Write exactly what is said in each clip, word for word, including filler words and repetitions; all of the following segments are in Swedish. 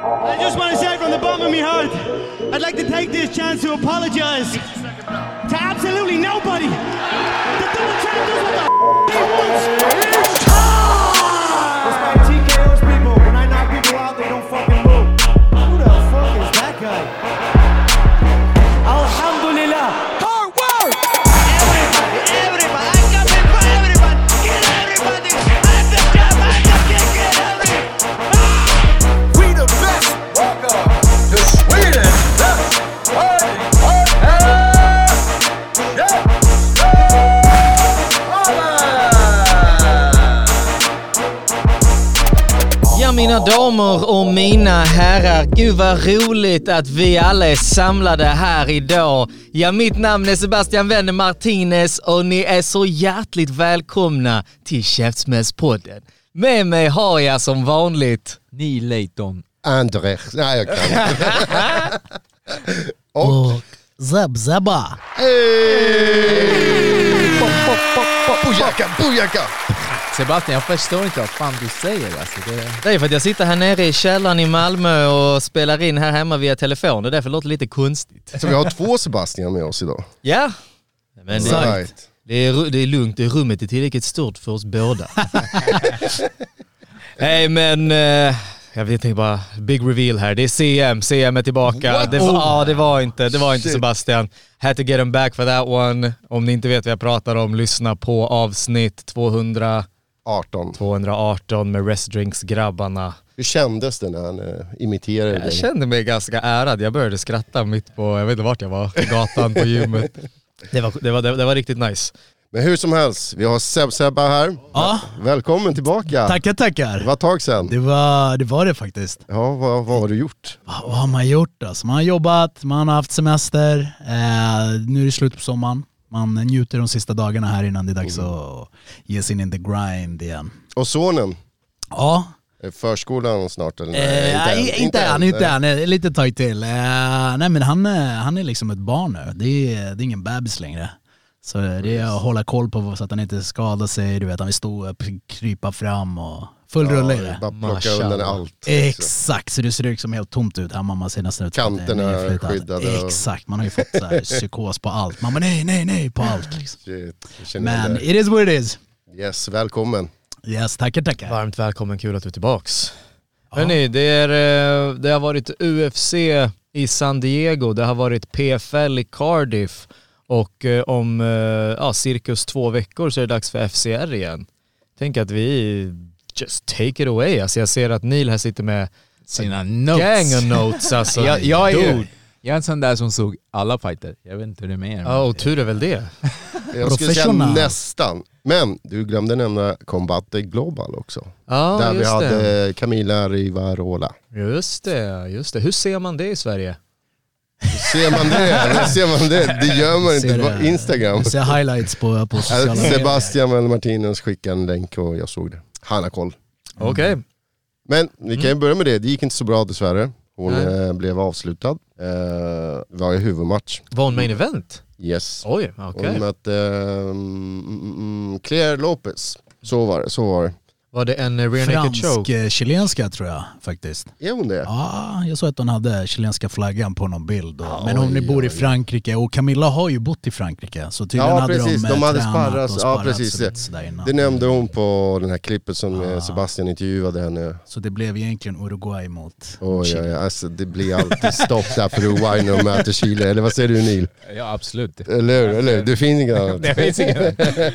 I just want to say from the bottom of my heart, I'd like to take this chance to apologize to absolutely nobody. The double champ does what the f*** he wants. It's time! This man T K Os people. When I knock people out, they don't fucking move. Who the fuck is that guy? Alhamdulillah. Hard work! Everybody, everybody, I come in for everybody. Get everybody. I'm the champ, I'm the king, get everybody. Ah! We the best. Welcome to Sweden. Best party podcast. Yeah. Ja, mina damer och mina herrar, gud vad roligt att vi alla är samlade här idag. Ja, mitt namn är Sebastian Wenne Martinez och ni är så hjärtligt välkomna till Käftsmällspodden. Med mig har jag som vanligt Neil Layton. Andrecht. Nej, jag kan. Och, och Zeb Zebba. Hej! Bojaka, bojaka! Sebastian, jag förstår inte vad fan du säger. Alltså, det... Det är för att jag sitter här nere i källaren i Malmö och spelar in här hemma via telefon. Det därför låter det lite konstigt. Så vi har två Sebastian med oss idag. Ja, men det, Right. det, är, det är lugnt. Det rummet är tillräckligt stort för oss båda. Nej, men... Uh, jag vet inte, bara big reveal här. Det är C M. C M är tillbaka. What? Det var, Oh. ja, det var inte, det var inte Shit. Sebastian. Had to get him back for that one. Om ni inte vet vad jag pratar om, lyssna på avsnitt tvåhundra, arton. tvåhundraarton med Restdrinks-grabbarna. Hur kändes det när han uh, imiterade Jag dig? kände mig ganska ärad. Jag började skratta mitt på, jag vet inte vart jag var, på gatan, på gymmet. Det var, det var, det var riktigt nice. Men hur som helst, vi har Seb Sebba här. Ja, Välkommen tillbaka. tackar, tackar. Det var ett tag sedan. Det var det, var det faktiskt. Ja, vad, vad har du gjort? Vad, vad har man gjort alltså? Man har jobbat, man har haft semester. Eh, nu är det slut på sommaren. Man njuter de sista dagarna här innan det är dags Mm. att ge sig in in the grind igen. Och sonen? Ja, Är förskolan snart eller? eh, än. inte, inte än, inte än. Eh, Lite tag till. Eh, nej men han, är- han är liksom ett barn nu. Det är, det är ingen bebis längre. Så det är att hålla koll på så att han inte skadar sig. Du vet, han vill stå upp, krypa fram och full rulle i det. Bara plocka Mashallah. undan allt. Exakt, så det ser liksom helt tomt ut. Här mamma ser nästan ut som att det är Kanterna nedflyttat. skyddade och- Exakt, man har ju fått så här psykos på allt. Mamma nej, nej, nej på allt. Liksom. Shit, jag känner Men det. it is what it is. Yes, välkommen. Yes, tackar, tackar. Varmt välkommen, kul att du är tillbaks. Hörrni, det, är, eh, det har varit U F C i San Diego, det har varit P F L i Cardiff och eh, om eh, ja, cirkus två veckor så är det dags för F C R igen. Tänk att vi just take it away. Alltså jag ser att Neil här sitter med Sina notes. gang of notes. Alltså. jag, jag, är, Dude. jag är en sån där som såg alla fighter. Jag vet inte hur det är med er. Ja, och tur är väl det. Jag skulle säga Professional. nästan. Men du glömde nämna Combate Global också. Ja, Där vi just det. hade Camila Rivarola. Just det, just det. Hur ser man det i Sverige? Ser man det? Hur ser man det? Det gör man inte Ser på det- Instagram. Jag ser highlights på, på sociala Alltså, medier. Sebastian Welle Martinez skickade en länk och jag såg det. Han har koll. Okej. Men vi kan ju börja med det. Det gick inte så bra dessvärre. Hon Nej. eh, blev avslutad. Eh, det var ju huvudmatch. Var hon main event? Yes. Oj, okej. Hon mötte eh, mm, mm, Claire Lopez. Så var det, så var det. Var det en uh, rear naked choke? Fransk-chilenska tror jag faktiskt. Är hon det? Ja, jag såg att hon hade chilenska flaggan på någon bild. Och, Ja, men hon oj, bor i oj. Frankrike och Camilla har ju bott i Frankrike. Så tydligen Ja, hade precis. de, De eh, hade tränat sparrat. och Ja, sparrat precis. så lite sådär innan. Det nämnde hon på den här klippet som eh, Ah. Sebastian intervjuade henne. Så det blev egentligen Uruguay mot Oj, Chile. ja, ja. Alltså, det blir alltid stopp där för Uruguay när de möter Chile. Eller vad säger du, Neil? Ja, absolut. Eller hur? Eller hur? Det finns inget annat. Det finns inget.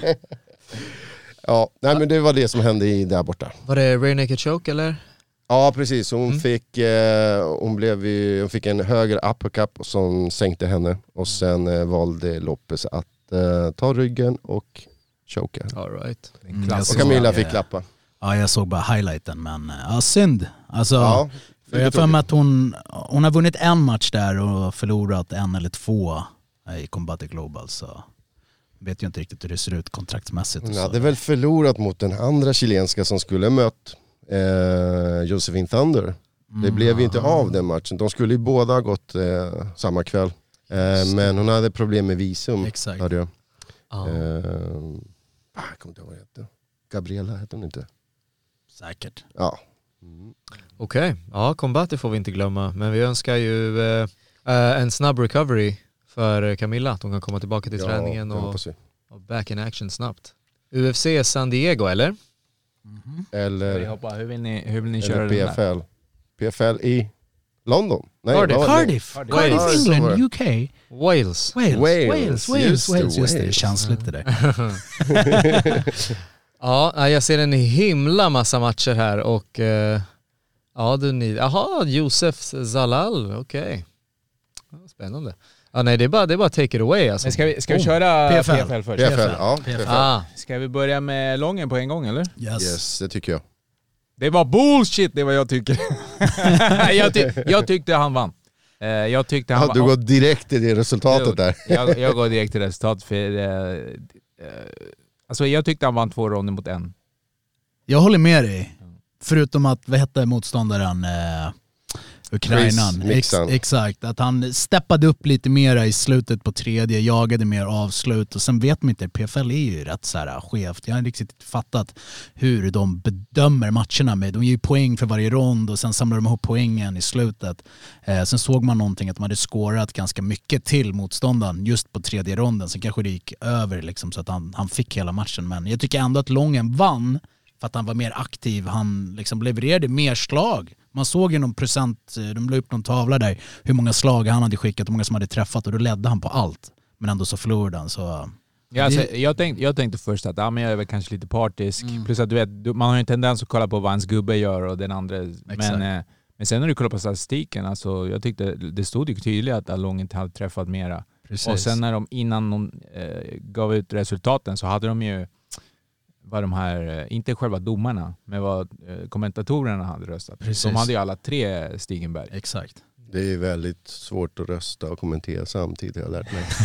Ja, nej, men det var det som hände i, där borta. Var det rear naked choke eller? Ja, precis. Hon, Mm. fick, eh, hon, blev ju, hon fick en höger uppercut som sänkte henne. Och sen eh, valde Lopez att eh, ta ryggen och choka. All right. Mm, Klass. jag Och såg- Camilla ja, fick ja. klappa. Ja, jag såg bara highlighten, men ja, synd. Alltså, Ja, för jag har för mig att hon, hon har vunnit en match där och förlorat en eller två i Combate Global, så vet jag inte riktigt hur det ser ut kontraktsmässigt. och hon så. hade väl förlorat mot den andra chilenska som skulle mött eh, Josephine Thunder. Det Mm. blev ju inte av den matchen. De skulle ju båda ha gått eh, samma kväll. Eh, men hon hade problem med visum. Exakt. Hörde jag. Ja. Eh, ah, jag kommer inte ihåg vad det hette. Gabriella hette hon inte. Säkert. Ja, Okej, okay. Ja, Combate får vi inte glömma. Men vi önskar ju eh, en snabb recovery för Camilla. Att hon kan komma tillbaka till Ja, träningen det och, hoppas vi. och back in action snabbt. U F C San Diego, eller? Mm-hmm. Eller, Hoppa, hur vill ni, hur vill ni köra eller den P där? F L. P F L i London. Nej, Cardiff. vad var det? Cardiff, Cardiff. Cardiff, Wales. England, U K, Wales. Wales, Wales, Wales, Wales, just Wales, det, just det, Wales. känsligt det där. Ja, jag ser en himla massa matcher här och eh, ja, du ni, aha, Josef Zalal, okej. Okay. Spännande. Ja, nej, det är bara det är bara take it away alltså. Men ska vi, ska vi Oh, köra P F L. P F L först? P F L, ja. P F L. Ah, Ska vi börja med Lången på en gång eller? Yes. Yes, det tycker jag. Det var bullshit, det är vad jag tycker. jag, ty jag tyckte han vann. Eh, jag tyckte han Ja, du vann. går direkt till det resultatet där. jag, jag går direkt till resultat för eh, eh, alltså jag tyckte han vann två ronder mot en. Jag håller med dig. Förutom att, vad hette motståndaren? Eh, Ukrainan. Chris Mixon. Ex, exakt. Att han steppade upp lite mera i slutet på tredje, jagade mer avslut. Och sen vet man inte, P F L är ju rätt så här skevt. Jag har riktigt inte fattat hur de bedömer matcherna med. De ger ju poäng för varje rond och sen samlar de ihop poängen i slutet. Eh, sen såg man någonting att de hade skårat ganska mycket till motståndaren just på tredje ronden. Sen kanske det gick över liksom, så att han, han fick hela matchen. Men jag tycker ändå att Lången vann för att han var mer aktiv. Han liksom levererade mer slag. Man såg ju någon procent, de la upp någon tavla där, hur många slag han hade skickat, hur många som hade träffat och då ledde han på allt. Men ändå så förlorade han. Så Ja, alltså, jag, tänkte, jag tänkte först att ja, men jag är väl kanske lite partisk. Mm. Plus att du vet, man har ju en tendens att kolla på vad hans gubbe gör och den andra. Men, eh, men sen när du kollar på statistiken, alltså, jag tyckte det stod ju tydligt att Along inte hade träffat mera. precis. Och sen när de innan de eh, gav ut resultaten så hade de ju vad de här, inte själva domarna, men vad eh, kommentatorerna hade röstat. Precis. De hade ju alla tre Stigenberg. Exakt. Det är väldigt svårt att rösta och kommentera samtidigt, jag har lärt mig.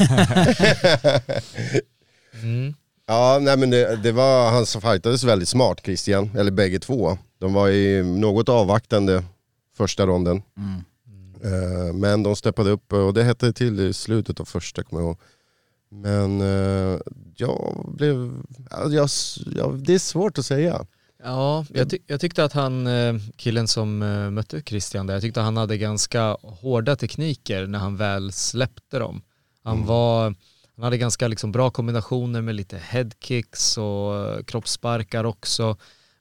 mm. Ja, nej men det, det var, han som fightades väldigt smart, Christian, eller bägge två. De var i något avvaktande första ronden. Mm. Uh, men de steppade upp och det hette till i slutet av första, kommer jag ihåg. Men uh, jag blev, jag, jag, det är svårt att säga. Ja, jag, ty jag tyckte att han, killen som mötte Christian där, jag tyckte att han hade ganska hårda tekniker när han väl släppte dem. Han Mm. var, han hade ganska liksom bra kombinationer med lite headkicks och kroppssparkar också.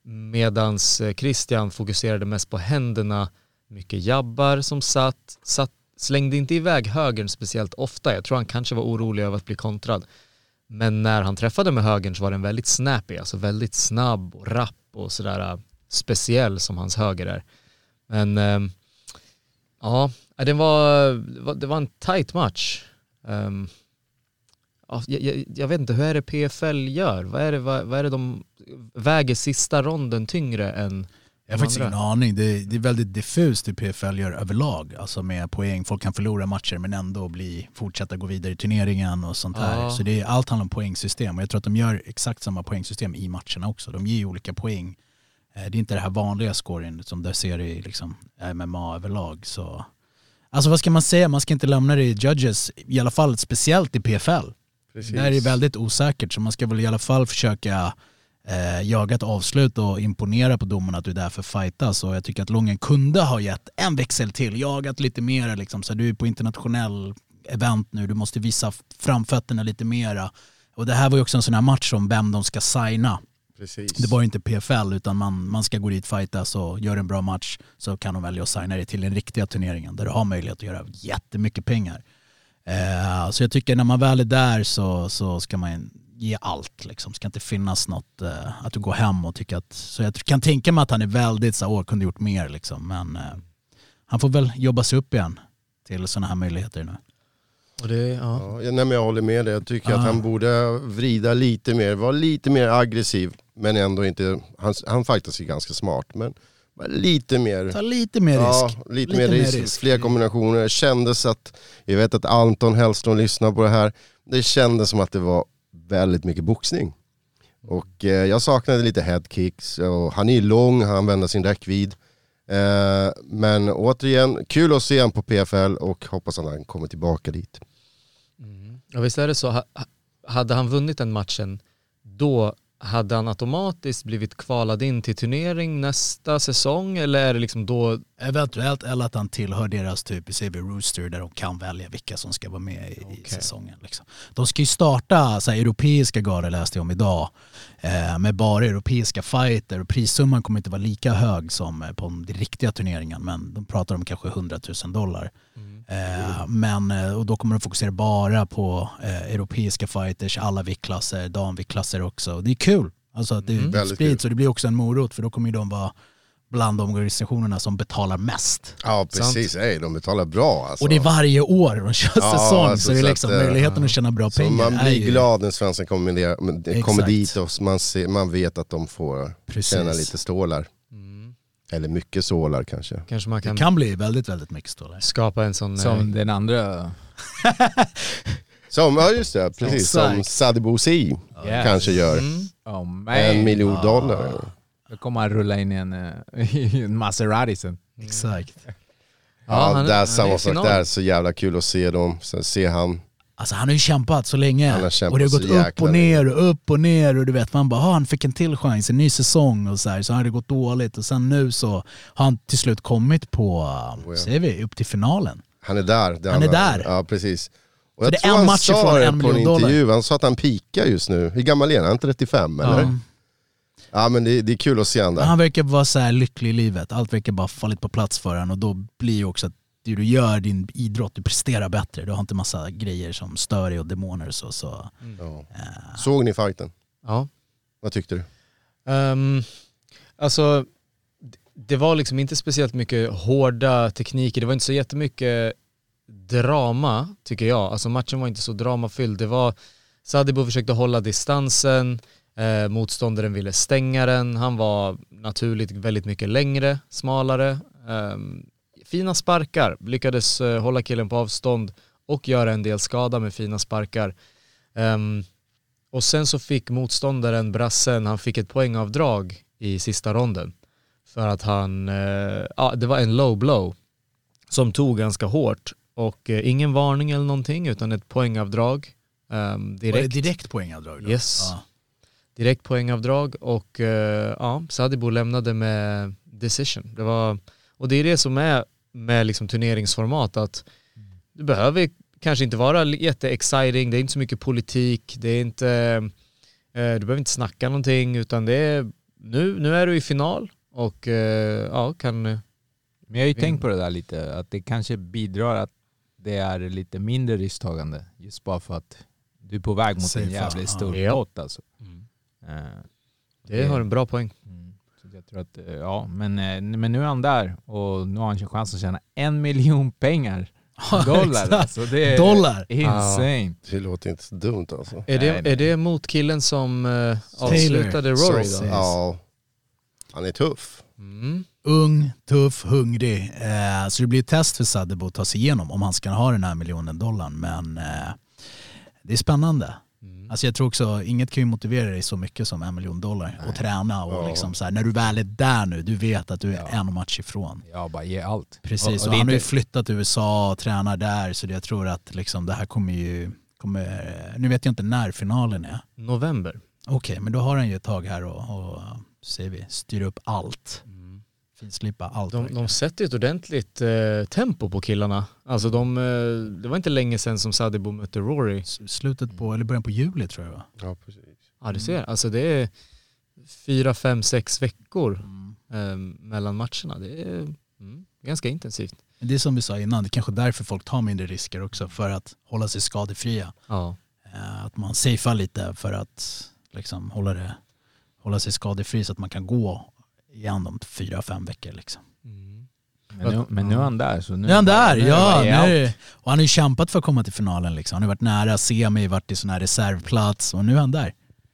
Medans Christian fokuserade mest på händerna, mycket jabbar som satt, satt, slängde inte iväg högern speciellt ofta. Jag tror han kanske var orolig över att bli kontrad. Men när han träffade med högern så var den väldigt snappy, alltså väldigt snabb och rapp och sådär speciell som hans höger är. Men ähm, ja, det var, det var en tight match. Um, ja, jag, jag vet inte, hur är det P F L gör? Vad är det, vad, vad är det de väger sista ronden tyngre än Jag har faktiskt ingen aning. Det, det är väldigt diffust i P F L gör överlag. Alltså med poäng. Folk kan förlora matcher men ändå bli, fortsätta gå vidare i turneringen och sånt här. Ja. Så det är, allt handlar om poängsystem. Och jag tror att de gör exakt samma poängsystem i matcherna också. De ger ju olika poäng. Det är inte det här vanliga scoring som du ser i liksom M M A överlag. Så. Alltså vad ska man säga? Man ska inte lämna det i judges. I alla fall speciellt i P F L. Precis. Där är det väldigt osäkert. Så man ska väl i alla fall försöka Eh, jaga ett avslut och imponera på domarna att du är där för fighta. Så jag tycker att Lången kunde ha gett en växel till, jagat lite mer liksom. Så du är på internationell event nu, du måste visa framfötterna lite mera. Och det här var ju också en sån här match om vem de ska signa. Precis. Det var ju inte P F L utan man, man ska gå dit fighta, så gör en bra match så kan de välja att signa det till den riktiga turneringen där du har möjlighet att göra jättemycket pengar. Eh, så jag tycker när man väl är där så, så ska man ge allt liksom. Ska inte finnas något uh, att du går hem och tycker att, så jag kan tänka mig att han är väldigt så år kunde gjort mer liksom, men uh, han får väl jobba sig upp igen till sådana här möjligheter nu. Och det, ja. Ja, nej, men jag håller med dig. Jag tycker Ah. att han borde vrida lite mer, vara lite mer aggressiv, men ändå inte, han, han fightas sig ganska smart, men lite mer. Ta lite mer Ja, risk. lite, Lite mer mer risk, risk. fler kombinationer. Det kändes att, jag vet att Anton Hellström lyssnar på det här, det kändes som att det var väldigt mycket boxning. Och eh, jag saknade lite headkicks och han är lång, han använder sin räckvidd. Eh, men återigen, kul att se han på P F L och hoppas att han kommer tillbaka dit. Mm. Ja, visst är det så. Ha- Hade han vunnit den matchen, då hade han automatiskt blivit kvalad in till turnering nästa säsong eller är det liksom då? Eventuellt, eller att han tillhör deras typ i C V Rooster där de kan välja vilka som ska vara med i, okay. i säsongen. Liksom. De ska ju starta så här, europeiska galor läste jag om idag eh, med bara europeiska fighter och prissumman kommer inte vara lika hög som på den riktiga turneringen men de pratar om kanske hundratusen dollar. Mm. Eh, men, och då kommer de fokusera bara på eh, europeiska fighters, alla viktklasser, damviktklasser också. Och det är kul. Alltså att det mm. sprids och det blir också en morot för då kommer ju de vara bland de organisationerna som betalar mest. Ja, precis. Hey, de betalar bra. Alltså. Och det är varje år de kör ja, säsong alltså, så det är liksom att, möjligheten ja. att tjäna bra så pengar. Man blir ju... glad när svenskar kommer, kommer dit och man, ser, man vet att de får precis. tjäna lite stålar. Mm. Eller mycket stålar kanske. kanske man kan... Det kan bli väldigt, väldigt mycket stålar. Skapa en sån... Som eh... den andra... som, ja just det, precis. Som, som Sadibou C yes. kanske gör. Mm. Oh, en miljon oh. dollar. Då kommer han rulla in i en, i en Maserati sen. Mm. Exakt. Ja, ja han, där samma sak där. Så jävla kul att se dem. Sen ser han. Alltså han har ju kämpat så länge. Han har kämpat och det har gått upp och ner och upp och ner. Och du vet, man bara, han fick en till chans, en ny säsong och så här. Så har det gått dåligt. Och sen nu så har han till slut kommit på, oh, ja. ser vi, upp till finalen. Han är där. Han, han är där. Ja, precis. Och jag det tror är en han match sa en på en intervju. dollar. Han sa att han pikar just nu. Hur gammal är han? Han trettiofem eller? Ja. Ja men det, det är kul att se han där. Han verkar vara så här lycklig i livet. Allt verkar bara fallit på plats för han och då blir ju också att det du gör din idrott, du presterar bättre. Du har inte massa grejer som stör dig och demoner och så. så mm. ja. äh. Såg ni fighten? Ja. Vad tyckte du? Um, alltså det var liksom inte speciellt mycket hårda tekniker. Det var inte så jättemycket drama tycker jag. Alltså matchen var inte så dramafylld. Det var Sadibou försökte hålla distansen. Eh, motståndaren ville stänga den. Han var naturligt väldigt mycket längre, smalare. Eh, fina sparkar. Lyckades eh, hålla killen på avstånd och göra en del skada med fina sparkar. Eh, och sen så fick motståndaren, brassen, han fick ett poängavdrag i sista ronden. För att han, eh, ja, det var en low blow som tog ganska hårt. Och eh, ingen varning eller någonting utan ett poängavdrag. Eh, direkt. Var det direkt poängavdrag då? Yes. Ja. Direkt poängavdrag och uh, ja, Sadibou lämnade med decision. Det var, och det är det som är med liksom turneringsformat att du behöver kanske inte vara jätte-exciting, det är inte så mycket politik, det är inte, uh, du behöver inte snacka någonting utan det är, nu, nu är du i final och uh, ja, kan... Men jag har ju tänkt på det där lite, att det kanske bidrar att det är lite mindre risktagande just bara för att du är på väg mot Safe en jävligt stor ja. pott alltså. Mm. Det, det har en bra poäng. Mm. Så jag tror att, ja, men, men nu är han där och nu har han chans att tjäna en miljon pengar. Dollar alltså. Det är dollar. Insane. Ja. Det låter inte så dumt alltså. Är det, är det mot killen som uh, avslutade Rory då? Ja. Han är tuff. Mm. Ung, tuff, hungrig. Eh, så det blir ett test för Sadibou att ta sig igenom om han ska ha den här miljonen dollar. Men eh, det är spännande. Mm. Alltså jag tror också, inget kan ju motivera dig så mycket som en miljon dollar och träna och ja. liksom så här, när du väl är där nu, du vet att du är ja. en match ifrån. Ja, bara ge allt. Precis, och, och, och han har ju flyttat till U S A och tränar där så jag tror att liksom det här kommer ju, kommer, nu vet jag inte när finalen är. November. Okej, okay, men då har han ju ett tag här och, och säger vi, styr upp allt. Mm. Finslipa allt. De, de sätter ett ordentligt eh, tempo på killarna. Alltså de, eh, det var inte länge sedan som Sadibou mötte Rory. Slutet på, eller början på juli tror jag. Ja, precis. Ja, du ser. Alltså det är fyra, fem, sex veckor mm. eh, mellan matcherna. Det är mm, ganska intensivt. Det är som vi sa innan, det är kanske därför folk tar mindre risker också för att hålla sig skadefria. Ja. Eh, att man safear lite för att liksom hålla, det, hålla sig skadefri så att man kan gå igen om fyra, fem veckor liksom. Mm. Men, nu, men nu är han där. Så nu, nu är han där, nu, ja. Nu nu, och han har ju kämpat för att komma till finalen liksom. Han har varit nära semi, varit i sån här reservplats och nu är han där.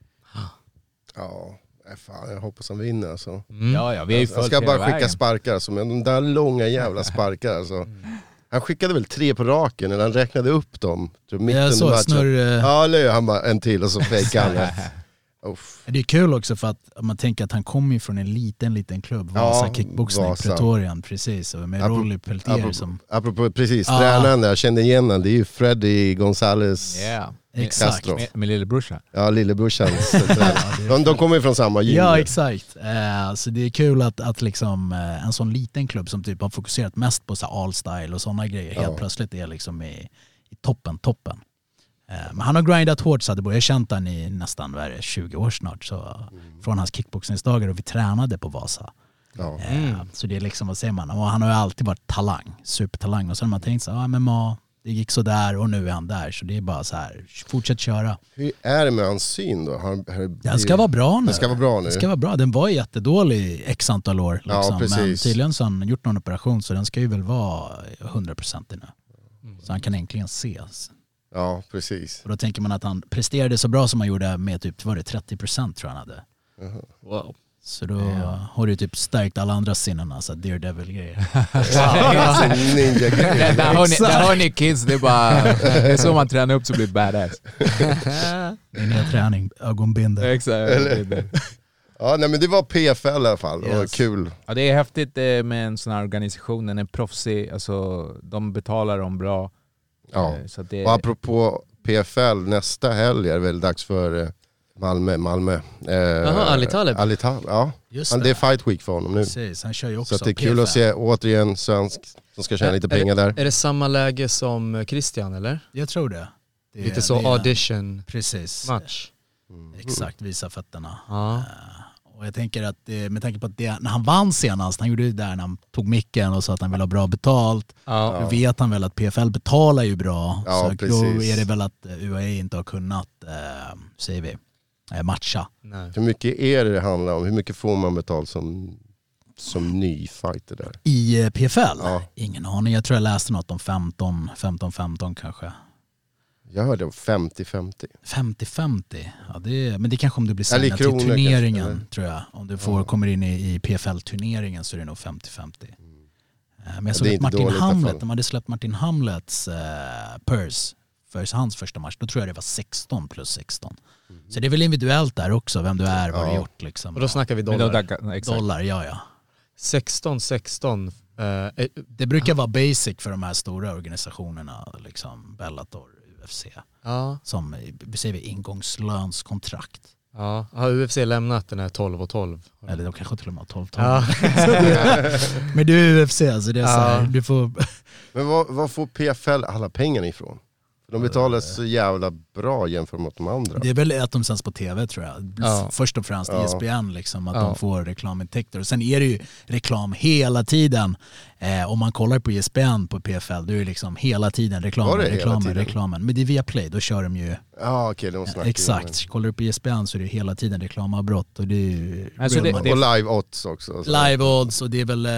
Ja, fan, jag hoppas han vinner alltså. Mm. Ja, ja, vi är ju jag ska bara skicka vägen. sparkar alltså, men de där långa jävla sparkar alltså. Mm. Han skickade väl tre på raken eller han räknade upp dem. Mitten jag så, snurr... Ja, eller han bara en till och så fejkade han. Uff. Det är kul också för att man tänker att han kommer ju från en liten, liten klubb. Vasa Ja, kickboxning, Vasa. Pretorian, precis. Och med Apropå- Rolly Peltier Apropå, som... apropå precis, Ja. tränaren där, jag kände igen han, det är ju Freddy Gonzales, Yeah. Exakt. Castro. Med, med lillebrorsan. ja lillebrorsans tränare. de, de kommer ju från samma gym. Ja, exakt. Eh, så det är kul att, att liksom, eh, en sån liten klubb som typ har fokuserat mest på så här all-style och sådana grejer Ja. helt plötsligt är liksom i, i toppen, toppen. Eh, men han har grindat hårt, Sadebo. Jag har känt han i nästan vad är det, tjugo år snart. Så, Mm. från hans kickboxningsdagar och vi tränade på Vasa. Ja. Eh, så det är liksom, vad säger man? Och han har ju alltid varit talang, supertalang. Och sen har man tänkt så här, ah, men ma, det gick så där och nu är han där. Så det är bara så här, fortsätt köra. Hur är det med hans syn då? Har, har, Den ska vara bra nu. Den ska vara bra nu. Den ska vara bra. Den var jättedålig i x antal år. Liksom. Ja, precis. Men tydligen så har han gjort någon operation så den ska ju väl vara hundra procent nu. Så han kan äntligen ses. Ja, precis. Och då tänker man att han presterade så bra som han gjorde med typ, var det trettio procent tror jag han hade. Wow. Så då har du typ stärkt alla andra sinnen, alltså Daredevil-grejer. Ninja-grejer. Där hör, ni, där hör ni kids, det är bara det är så man tränar upp så blir badass. Det är en hel träning, ögonbindel. Exakt. Ja, nej, men det var P F L i alla fall, Yes. och kul. Ja, det är häftigt eh, med en sån här organisation, den är proffsig, alltså de betalar dem bra. Ja. Eh, Så att det, Och apropå P F L, nästa helg är det väl dags för eh, Malmö, Malmö. Eh, Jaha, Ali Taleb. Ali Taleb, ja. Just Han, det. det är fight week för honom nu. Precis, han kör ju också Så att det är kul P F L. att se återigen svensk som ska tjäna lite pengar är, där. Är det samma läge som Christian eller? Jag tror det. det är, Lite så det är- audition Precis. match. Exakt, visa fötterna. Ja. Eh, Och jag tänker att det, med tanke på att det, när han vann senast, han gjorde det där när han tog micken och sa att han vill ha bra betalt. Ja. Då vet han väl att P F L betalar ju bra. Ja, så då precis. är det väl att U A E inte har kunnat, eh, säger vi, eh, matcha. Nej. Hur mycket är det det handlar om? Hur mycket får man betalt som, som ny fighter där? I eh, P F L? Ja. Ingen aning, jag tror jag läste något om femton femton kanske. Jag hörde om femtio femtio. femtio femtio, ja, det är, men det är kanske om du blir Eller i signad till kronor turneringen kanske, eller? tror jag. Om du får, Ja. kommer in i, i P F L-turneringen så är det nog femtio femtio. Eh, Men jag såg det är att inte Martin dåligt i alla Hamlet, fall. de hade släppt Martin Hamlets eh, purse för hans första match. Då tror jag det var sexton plus sexton. Så det är väl individuellt där också, vem du är, vad du Ja. har gjort liksom. Och då snackar vi Men då, dollar. där- exakt. Dollar, ja ja. sexton sexton. Eh, eh, Det brukar vara basic för de här stora organisationerna, liksom Bellator, U F C. ja, Som, vi säger vi, ingångslönskontrakt. ja. Har U F C lämnat den här tolv och tolv? Eller de kanske till och med har tolv tolv. Ja. Men det är U F C, alltså det är så här, Ja. du får... Men vad, vad får P F L alla pengarna ifrån? För de betalar så jävla bra jämfört med de andra. Det är väl att de sänds på tv tror jag. Ja. Först och främst Ja. E S P N, liksom, att Ja. de får reklamintäkter. Och sen är det ju reklam hela tiden. Eh, om man kollar på E S P N på P F L, då är det liksom hela tiden Var reklamen, det hela reklamen, tiden? reklamen. Men det är via Play, då kör de ju... Ja, okej, de snackar ju Exakt. Kollar du på E S P N så är det hela tiden reklamavbrott. Och det är ju Alltså real det- om. money. Och live odds också. Så. Live odds, och det är väl eh,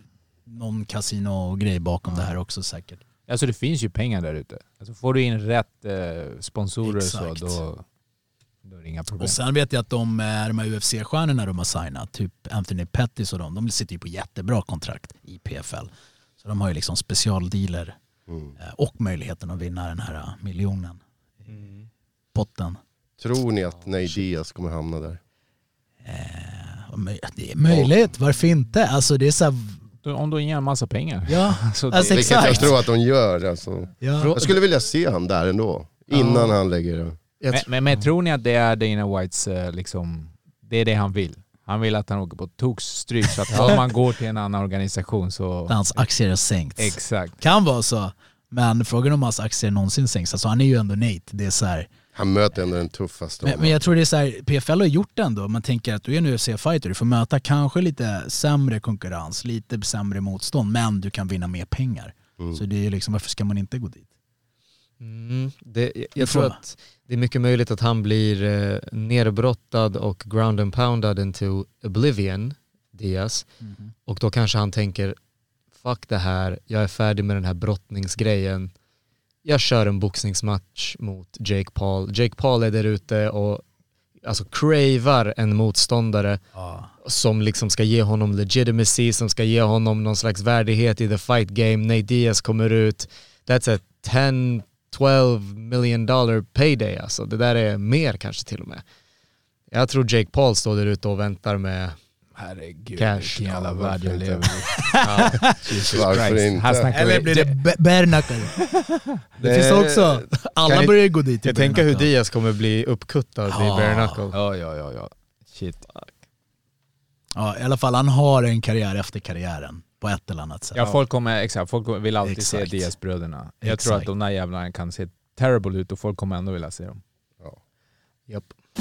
någon kasino-grej bakom det här också säkert. Alltså det finns ju pengar där ute. Alltså får du in rätt eh, sponsorer Exakt. så då, då är det inga problem. Och sen vet jag att de, eh, de här U F C-stjärnorna de har signat, typ Anthony Pettis och de, de sitter ju på jättebra kontrakt i P F L. Så de har ju liksom specialdealer Mm. eh, och möjligheten att vinna den här eh, miljonen. Potten. Tror ni att Nate Diaz kommer hamna där? Eh, och möj- det är möjligt, varför inte? Alltså det är så här, Då- Om de ger en massa pengar. ja, Så det, alltså Vilket jag exakt. tror att de gör. Alltså. Ja. Jag skulle vilja se han där ändå. Innan Ja. han lägger det. Jag men, tr- men, men tror ni att det är Dana Whites, eh, liksom, det är det han vill? Han vill att han åker på tokstryk så att om man går till en annan organisation så... Hans aktier har sänkts. Exakt. Kan vara så. Men frågan om hans aktier någonsin sänks. Alltså han är ju ändå Nate. Det är så här. Han möter ändå den tuffaste. Men, men jag tror det är så här, P F L har gjort det ändå. Man tänker att du är en U F C-fighter. Du får möta kanske lite sämre konkurrens, lite sämre motstånd, men du kan vinna mer pengar. Mm. Så det är ju liksom, varför ska man inte gå dit? Mm, det, jag, jag tror tror att det är mycket möjligt att han blir eh, nerbrottad och ground and pounded into oblivion, Diaz. Och då kanske han tänker, fuck det här, jag är färdig med den här brottningsgrejen. Jag kör en boxningsmatch mot Jake Paul. Jake Paul är där ute och alltså cravar en motståndare Ja. som liksom ska ge honom legitimacy, som ska ge honom någon slags värdighet i the fight game. Nate Diaz kommer ut. That's a ten twelve million dollar payday alltså. Det där är mer kanske till och med. Jag tror Jake Paul står där ute och väntar med Herregud, cash. vilken jävla Ja, värld jag varför lever inte? i. Ja. Varför inte? Här snackar Eller vi- blir det b- bare knuckle? Det Det- finns också, alla Kan- börjar gå dit till Jag tänker hur bare knuckle. Diaz kommer bli uppkuttad i Ja. bare knuckle. Ja, ja, ja, ja. Shit. Ja, i alla fall han har en karriär efter karriären på ett eller annat sätt. Ja, folk kommer, exakt, folk kommer- vill alltid Exakt. se Diaz-bröderna. Jag Exakt. tror att de där jävlarna kan se terrible ut och folk kommer ändå vilja se dem. Japp.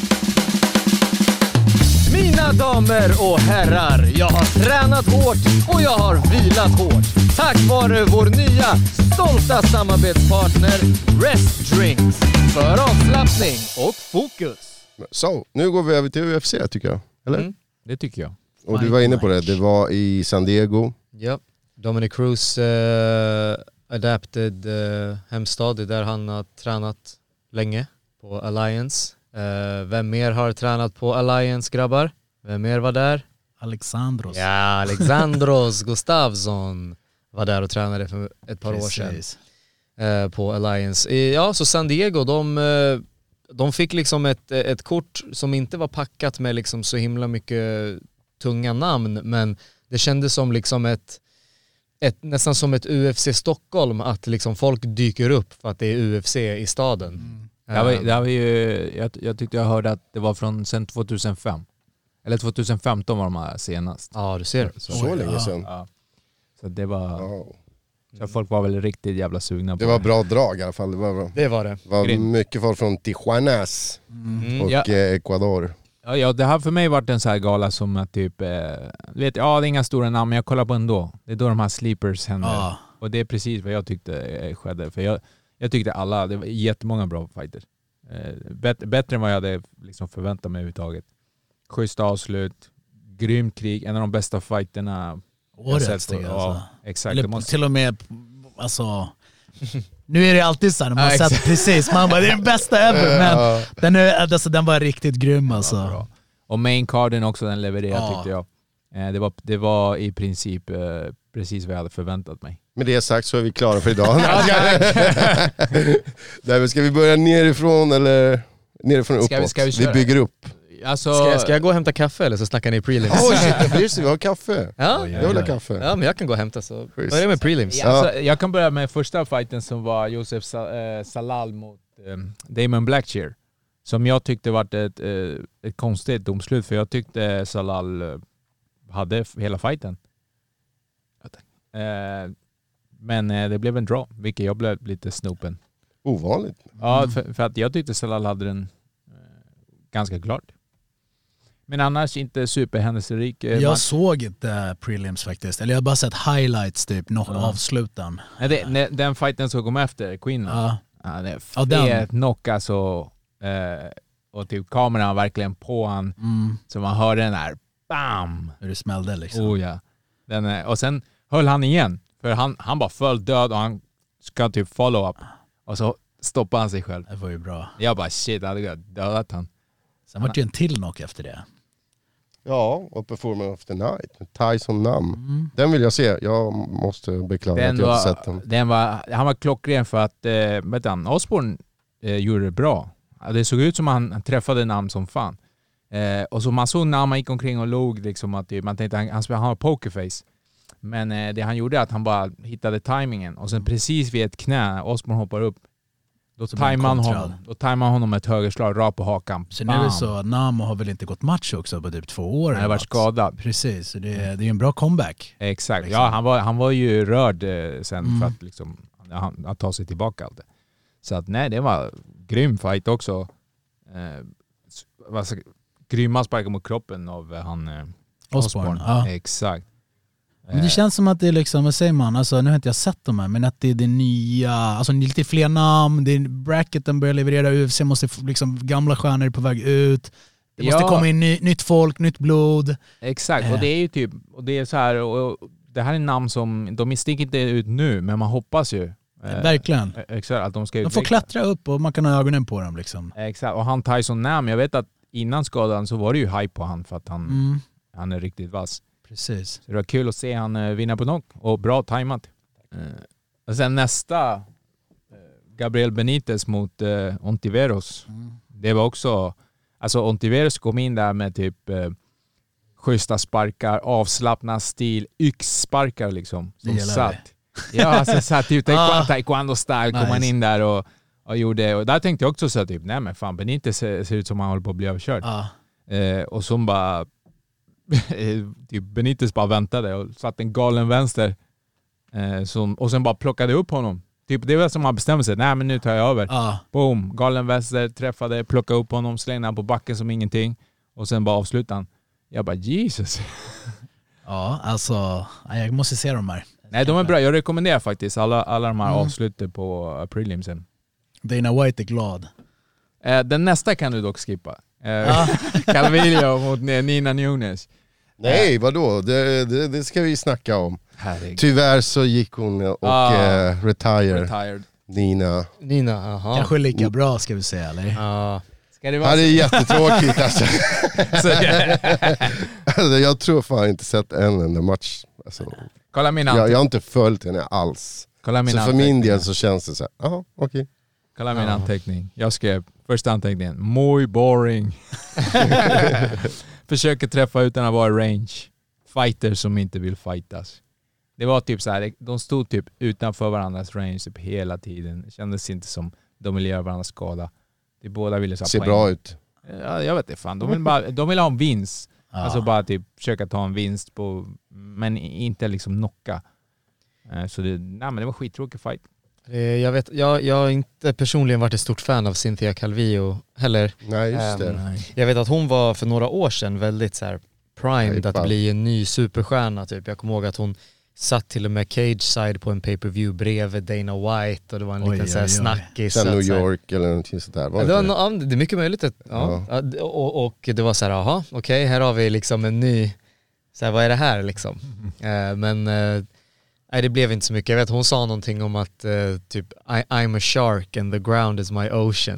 Mina damer och herrar, jag har tränat hårt och jag har vilat hårt. Tack vare vår nya, stolta samarbetspartner Rest Drinks. För avslappning och fokus. Så, nu går vi över till U F C tycker jag. Eller? Mm. Det tycker jag. Och du var inne på det, Fight det var i San Diego. Ja, Dominic Cruz uh, adapted uh, hemstad, det är där han har tränat länge på Alliance. Uh, vem mer har tränat på Alliance, grabbar? Vem mer var där? Alexandros. Ja, Alexandros Gustafsson var där och tränade för ett par år sedan Precis. uh, på Alliance. I, ja, så San Diego, de, uh, de fick liksom ett, ett kort som inte var packat med liksom så himla mycket tunga namn, men det kändes som liksom ett, ett nästan som ett U F C Stockholm, att liksom folk dyker upp för att det är U F C i staden. Mm. Det var, det var ju, jag, jag tyckte jag hörde att det var från sen tjugohundrafem. Eller tjugohundrafemton var de här senast. Ja, du ser. Så, Oj, länge ja. sedan. Ja. Så det var, Ja. så folk var väl riktigt jävla sugna på Det var bra drag i alla fall. Det var, bra. Det var det. Det var Grymt. mycket folk från Tijuanas Mm. och Ja. eh, Ecuador. Ja, ja, det har för mig varit en så här gala som att typ, eh, du vet, ja det är inga stora namn men jag kollar på ändå. Det är då de här sleepers händer. Ja. Och det är precis vad jag tyckte eh, skedde. För jag, jag tyckte alla, det var jättemånga bra fighters. Eh, bättre, bättre än vad jag hade liksom förväntat mig överhuvudtaget. Schysst avslut, grymt krig, en av de bästa fighterna jag Årets sett på- tycker jag. Ja, Alltså. exakt. Eller Det måste, till och med, alltså... Nu är det alltid så här, när man Ja, har sett exakt. precis, man bara det är den bästa ever, men Ja. den, är, alltså, den var riktigt grym alltså. bra. Och main carden också, den levererade Ja. tyckte jag. Eh, det, var, det var i princip eh, precis vad jag hade förväntat mig. Med det sagt så är vi klara för idag. Nej, men ska vi börja nerifrån eller nerifrån och Ska vi- uppåt? ska vi vi köra? bygger upp. Alltså, Ska, jag- ska jag gå och hämta kaffe eller så snackar ni prelims? Oj shit, det just det, vi har kaffe. Ja, Oj, Jag vill ha kaffe. ja, men jag kan gå och hämta, så Schysst. börja med prelims. Ja, alltså, jag kan börja med första fighten som var Josef Sa- eh, Salal mot eh, Damon Blackshear. Som jag tyckte var ett, eh, ett konstigt domslut, för jag tyckte Salal eh, hade f- hela fighten. Eh, men eh, det blev en draw, vilket jag blev lite snopen. Ovanligt. Ja, för, för att jag tyckte Salal hade den eh, ganska klart. Men annars inte superhändelserik eh, Jag match. såg inte prelims faktiskt, eller jag har bara sett highlights typ, no- Ja. avsluten. Nej, det, nej, den fighten som kom efter, Queen. Ja. Ja, det är Ja, den. fet knock alltså. Eh, och typ kameran verkligen på han. Mm, Så man hör den där bam! hur det smällde liksom. Oh ja. Den, är- och sen höll han igen. För han, han bara föll död och han ska typ follow up. Och så stoppade han sig själv. Det var ju bra. Jag bara shit, jag hade dödat han. Sen var det ju en till knock efter det. Ja, och Performance of the Night. Tyson Nam. Mm. Den vill jag se. Jag måste beklaga Den att jag inte var, sett den. den var, han var klockren för att eh, vet han, Osborne eh, gjorde det bra. Ja, det såg ut som han, han träffade namn som fan. Eh, och så man såg när man gick omkring och låg liksom att man tänkte han, han, han har pokerface. Men eh, det han gjorde är att han bara hittade timingen och sen precis vid ett knä, Osborne hoppar upp. Då Så blir han tajmar han kontrad. honom. Då tajmar han honom med ett högerslag rakt på hakan. Sen är det så, Namo har väl inte gått match också på typ två år. Han har eller varit något. skadad. Precis, så det, är- det är en bra comeback. Exakt. Liksom. Ja, han var, han var ju rörd eh, sen Mm. för att liksom, han, att ta sig tillbaka allt det. Så att nej, det var grym fight också. Eh, s- alltså, grymma sparkar mot kroppen av eh, han eh, Osborne, ja. Exakt. Men det känns som att det är liksom, vad säger man, alltså, nu har inte jag sett dem här, men att det är det nya, alltså lite fler namn, det är, bracketen börjar leverera, U F C måste få- liksom, gamla stjärnor är på väg ut, det måste Ja. komma in ny, nytt folk, nytt blod. Exakt, Eh. och det är ju typ, och det är så här, och, och det här är namn som, de sticker inte ut nu, men man hoppas ju. eh, Verkligen. eh, Exakt, att de ska De får utvecklas. klättra upp och man kan ha ögonen på dem liksom. Exakt, och han Tyson Nam, jag vet att innan skadan så var det ju hype på han för att han, Mm, han är riktigt vass. precis. Så det var kul att se han eh, vinna på knock och bra tajmat. Eh, och sen nästa, eh, Gabriel Benitez mot eh, Ontiveros. Mm. Det var också, Alltså Ontiveros kom in där med typ eh, schyssta sparkar, avslappnad stil, yxsparkar liksom. Som satt. Ja, alltså satt ut ah. taekwondo-style, kom nice. Han in där och, och gjorde, och där tänkte jag också så typ, nej men fan, Benitez ser, ser ut som han håller på att bli överkörd. Ah. Eh, och som bara typ Benitez bara väntade och satt en galen vänster eh, som, och sen bara plockade upp honom. Typ det var som han bestämde sig, nej men nu tar jag över. Ah. Boom, galen vänster, träffade, plockade upp honom, slängde han på backen som ingenting och sen bara avslutade han. Jag bara, Jesus. Ja, alltså jag måste se dem här. Nej, de är bra. Jag rekommenderar faktiskt alla, alla de här mm. avsluten på prelimsen. Dana White är glad. Eh, den nästa kan du dock skippa. Eh, Calvillo mot Nina Nunes. Nej, vadå? Det, det, det ska vi snacka om. Herregud. Tyvärr så gick hon och ah, eh, retired. retired. Nina. Nina, aha. Kanske lika bra ska vi säga, eller? Ja. Ska det vara ja, det är jättetråkigt alltså. Alltså. Jag tror fan inte sett en enda match. Alltså. Kolla min jag, jag har inte följt henne alls. Kolla min så för min del så känns det så här, jaha, okej. Okay. Kolla min ja. anteckning. Jag skrev första anteckningen, muy boring. Försöker träffa utan att vara range. Fighters som inte vill fightas. Det var typ så här, de stod typ utanför varandras range typ hela tiden. Det kändes inte som de ville göra varandras skada. De båda ville så ser bra ut. Ja, jag vet inte fan. De vill bara de vill ha en vinst. Ja. Alltså bara typ försöka ta en vinst på, men inte liksom knocka. Så det, nej, men det var skittråkig fight. Jag vet, jag, jag har inte personligen varit ett stort fan av Cynthia Calvillo heller. Nej, just det. Um, jag vet att hon var för några år sedan väldigt så här primed att bli en ny superstjärna typ. Jag kommer ihåg att hon satt till och med cage side på en pay-per-view bredvid Dana White och det var en oj, liten oj, så här snackis. Sen New York så här, eller någonting sånt där. Var det, det, var, det är mycket möjligt att, ja. Ja. Och, och det var så här, aha, okej, okay, här har vi liksom en ny, så här, vad är det här liksom? Mm. Uh, men uh, nej, det blev inte så mycket. Jag vet, hon sa någonting om att uh, typ I, I'm a shark and the ground is my ocean.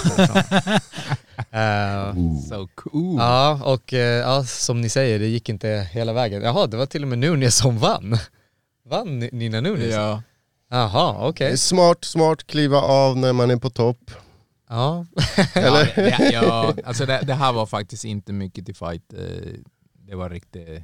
uh, so cool. Ja, och uh, ja, som ni säger, det gick inte hela vägen. Jaha, det var till och med Nunes som vann. Vann Nina Nunes? Ja. Jaha, okej. Okay. Smart, smart kliva av när man är på topp. Ja. Eller? Ja, det, ja, alltså det, det här var faktiskt inte mycket till fight. Det var riktigt...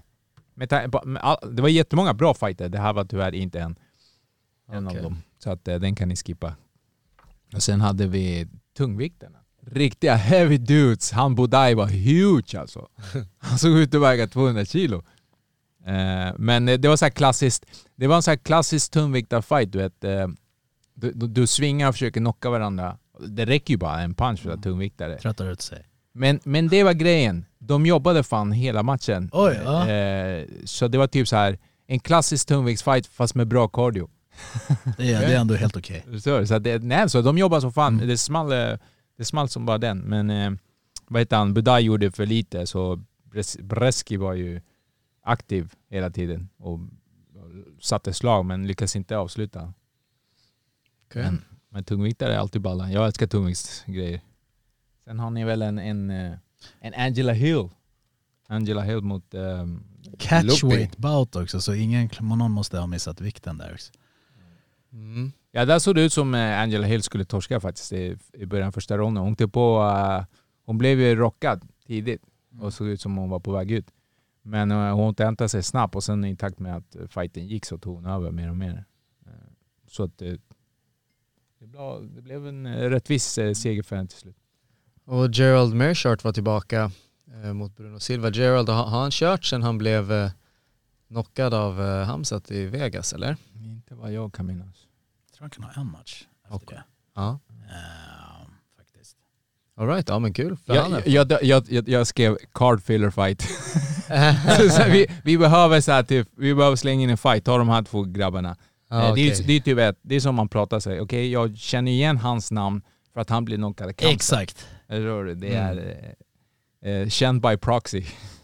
Det var jättemånga bra fighter. Det här var tyvärr inte en, en okay. av dem. Så att den kan ni skippa. Och sen hade vi tungvikterna. Riktiga heavy dudes. Han Bodai var huge alltså. Han såg ut att väga tvåhundra kilo. Uh, men det var så här klassiskt. Det var en så här klassisk tungviktarfight. Du vet, uh, du, du, du svingar och försöker knocka varandra. Det räcker ju bara en punch för att tungviktare. Tröttar ut sig. Men, men det var grejen. De jobbade fan hela matchen. Oj, ja. uh, så det var typ så här en klassisk tungviktsfight fast med bra cardio. Det är, det är ändå helt okej. Okay. Så, så, det, nej, så de jobbar så fan. Mm. Det, small, det small som bara den. Men uh, vad heter han? Budai gjorde för lite. Så Breski var ju aktiv hela tiden och satte slag men lyckas inte avsluta. Okay. Men, men tungviktare är alltid balla. Jag älskar tungviktsgrejer. Sen har ni väl en, en, en Angela Hill. Angela Hill mot um, catchweight bout också, så ingen, någon måste ha missat vikten där också. Mm. Ja, där såg det ut som Angela Hill skulle torska faktiskt i, i början av första ronden. Hon, typ på, uh, hon blev ju rockad tidigt och såg ut som hon var på väg ut. Men uh, hon återhämtade sig snabbt och sen i takt med att fighten gick så tog hon över mer och mer. Uh, så att uh, det, blev, det blev en uh, rättvis uh, seger för henne till slut. Och Gerald Meerschaert var tillbaka uh, mot Bruno Silva. Gerald, har, har han kört sen han blev uh, knockad av uh, Hamzat i Vegas, eller? Inte vad jag kan minnas. Jag tror han kan ha en match efter okay. det. Ja. Uh, faktiskt. All right, ja men kul. Jag, jag, jag, jag, jag skrev card filler fight. så, så vi, vi behöver så här typ, vi behöver slänga in en fight, ta de här två grabbarna. Ah, eh, okay. det, är, det är typ ett, det är som man pratar sig. Okej, okay, jag känner igen hans namn för att han blir knockad. Exakt. Det är mm. eh, eh, känd by proxy.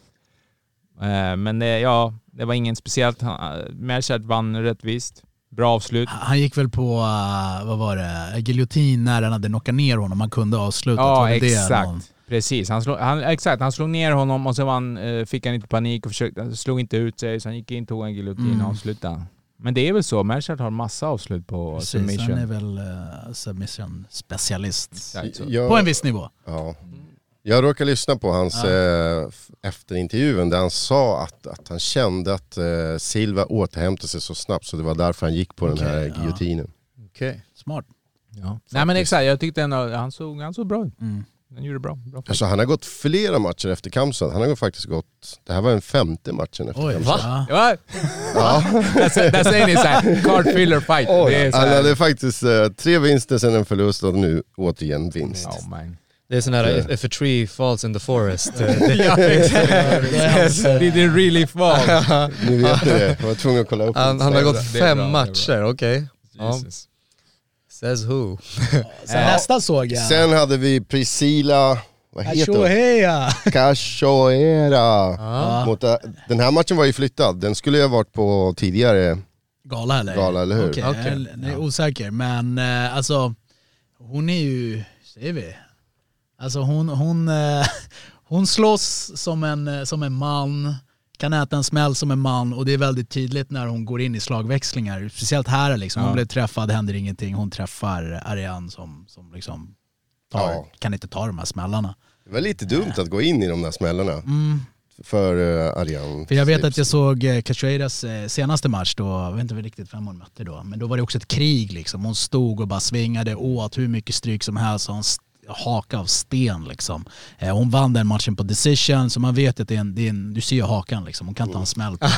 eh, men det, ja, det var ingen speciellt. Meerschaert vann rättvist. Bra avslut. Han gick väl på, uh, vad var det, giljotin när han hade knockat ner honom. Man kunde avsluta. Ja, exakt. Någon... Precis. Han slog, han, exakt. Han slog ner honom och så han, uh, fick han inte panik och försökte, slog inte ut sig. Så han gick in, tog en giljotin mm. och avslutade. Men det är väl så. Meerschaert har massa avslut på precis, submission. Han är väl uh, submission specialist. Exakt, jag, på en viss nivå. Ja. Jag råkade lyssna på hans Ja. eh, efter intervjun där han sa att, att han kände att eh, Silva återhämtade sig så snabbt så det var därför han gick på Okej, den här ja. giljotinen. Okej. Smart. Ja. Nej men exakt, jag tyckte ändå, han såg, han såg bra ut. Mm. Han gjorde bra. bra Alltså, han har gått flera matcher efter kampstöd. Han har faktiskt gått, det här var den femte matchen efter Oj, kampstöd. va? Ja, Ja. där, där säger ni såhär, card filler fight. Det är så Han här, hade faktiskt eh, tre vinster sen en förlust och nu återigen vinst. oh, man. Det är sån här, Det- if, if a tree falls in the forest. eh, Ja, exakt. Did it really fall? Ni vet det, jag var tvungen att kolla upp han, det. han har gått Det är bra, fem det är bra. matcher, okej. Ja. Jesus. Says who? Sen nästa såg jag. Sen hade vi Priscilla, vad heter hon? Ashoheya. Cachoeira. Ja. Mot, äh, den här matchen var ju flyttad, den skulle ju ha varit på tidigare. Gala eller? Gala, eller hur? Okej, Okej. jag är osäker. Men eh, alltså, hon är ju, säger vi, alltså hon, hon, eh, hon slåss som en, eh, som en man, kan äta en smäll som en man och det är väldigt tydligt när hon går in i slagväxlingar. Speciellt här liksom, hon Ja. blev träffad, händer ingenting. Hon träffar Ariane som, som liksom tar, Ja. kan inte ta de här smällarna. Det var lite dumt att gå in i de där smällarna Mm. för uh, Ariane. För jag vet att jag såg eh, Cachoeiras eh, senaste match då, jag vet inte riktigt vem hon mötte då, men då var det också ett krig liksom. Hon stod och bara svingade åt hur mycket stryk som helst och hon st- haka av sten liksom. Eh, hon vann den matchen på decision så man vet att det är en, det är en du ser ju hakan liksom, hon kan ta en smäll på.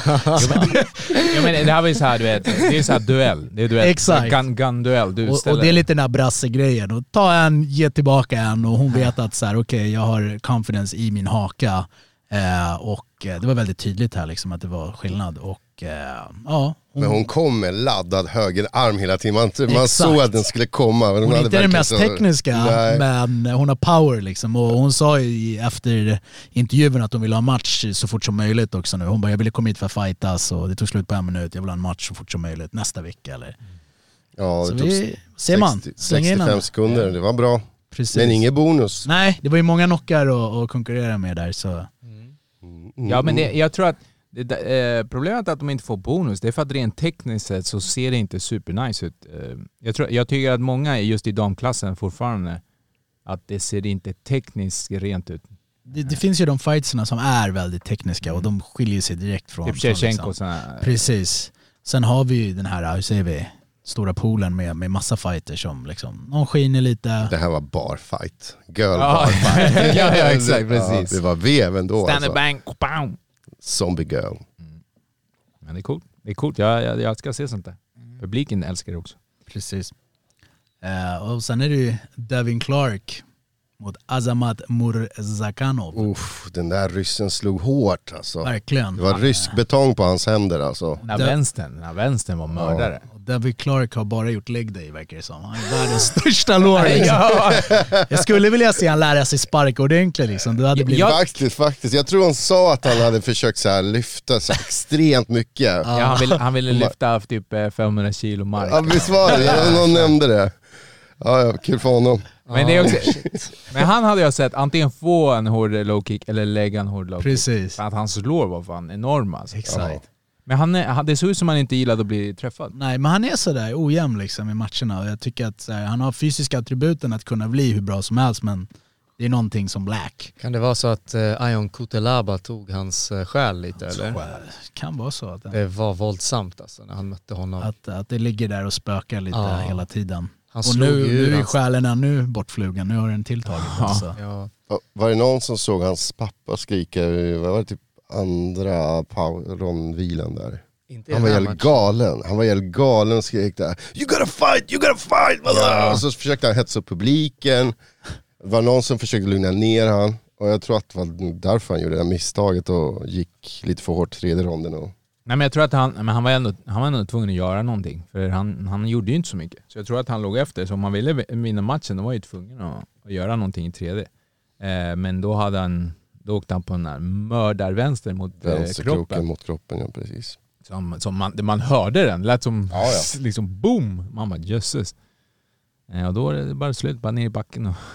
Jag menar, det här var ju så här, du vet, det är så här duell. Det är duell. Exakt. Gun, gun duell. Du och, ställer. och det är lite den här brasse-grejen. Och ta en, ge tillbaka en och hon vet att så här, okej, jag har confidence i min haka. Eh, och eh, det var väldigt tydligt här liksom att det var skillnad. Och eh, ja, Men hon kom med laddad höger arm hela tiden. Man, man Exakt. såg att den skulle komma. Men hon är hade inte den verkligen mest så- tekniska, Nej. men hon har power liksom. Och hon sa i, efter intervjun att hon ville ha match så fort som möjligt också nu. Hon bara, jag ville komma hit för att fightas och det tog slut på en minut. Jag vill ha en match så fort som möjligt nästa vecka eller. Ja, Så det tog vi, ser man, sextio, släng in sextiofem henne. sekunder, det var bra. Precis. Men ingen bonus. Nej, det var ju många knockar att, att konkurrera med där så. Mm. Ja, men det, jag tror att det, eh, problemet att de inte får bonus, det är för att rent tekniskt sett så ser det inte supernice ut. Eh, jag, tror, jag tycker att många just i damklassen fortfarande att det ser inte tekniskt rent ut. Det, det finns ju de fightsarna som är väldigt tekniska och de skiljer sig direkt från... Typ från Shevchenko och liksom. sådana. Precis. Sen har vi ju den här, hur säger vi, stora poolen med, med massa fighters som liksom, någon skiner lite. Det här var barfight. Girl Ja, barfight. ja, ja, exakt, precis. Ja, det var vev ändå. Stand Alltså. bang, bam. Zombie girl. Men det är coolt. Det är coolt. Jag, jag, jag ska se sånt där. Publiken älskar det också. Precis. Eh, och sen är det ju Devin Clark mot Azamat Murzakanov. Uff, den där ryssen slog hårt alltså. Verkligen. Det var rysk betong på hans händer alltså. Den här Det- vänstern, den här vänstern var mördare. Och Devin Clark har bara gjort leg day verkar det som. Han är världens största lår. Liksom. Ja. Jag skulle vilja se han lära sig sparka ordentligt liksom. Det hade blivit... Ja. Faktiskt, faktiskt. Jag tror han sa att han hade försökt så här lyfta så här extremt mycket. Ja, han ville, han ville lyfta typ eh, femhundra kilo mark. Ja, visst var det? Ja, någon nämnde det. Ja, ja, kul för honom. Men, det är också, men han hade jag sett antingen få en hård low kick eller lägga en hård low kick. Precis. För att han slår var fan enorma. Alltså. Exakt. Men han är, han, det såg ut som han inte gillade att bli träffad. Nej, men han är sådär ojämn liksom i matcherna och jag tycker att så här, han har fysiska attributen att kunna bli hur bra som helst men det är någonting som black. Kan det vara så att eh, Ion Kutelaba tog hans eh, själ lite eller? Så, eh, kan vara så att, Det var våldsamt alltså när han mötte honom. att, att det ligger där och spökar lite Ja. hela tiden. Han Och slog nu, ju nu är hans- själen ännu bortflugen, nu har den tilltagit. Ja. Alltså. Ja. Ja, var det någon som såg hans pappa skrika, vad var det typ andra pau- rondvilan där? Inte i Han var den här helt matchen. galen, han var helt galen och skrek där You gotta fight, you gotta fight! Ja. Och så försökte han hetsa upp publiken. Det var någon som försökte lugna ner han. Och jag tror att det var därför han gjorde det här misstaget och gick lite för hårt tredje ronden. Och... Nej, men jag tror att han, men han, var ändå, han var ändå tvungen att göra någonting. För han, han gjorde ju inte så mycket. Så jag tror att han låg efter. Så om han ville vinna matchen då var han ju tvungen att, att göra någonting i tredje. Eh, men då, hade han, då åkte han på den här mördarvänster mot eh, Vänsterkroken kroppen. mot kroppen, ja precis. Som, som man, man hörde den, det lät som Ja, ja. liksom boom. Man bara jösses. Eh, och då är det bara slut, bara ner i backen och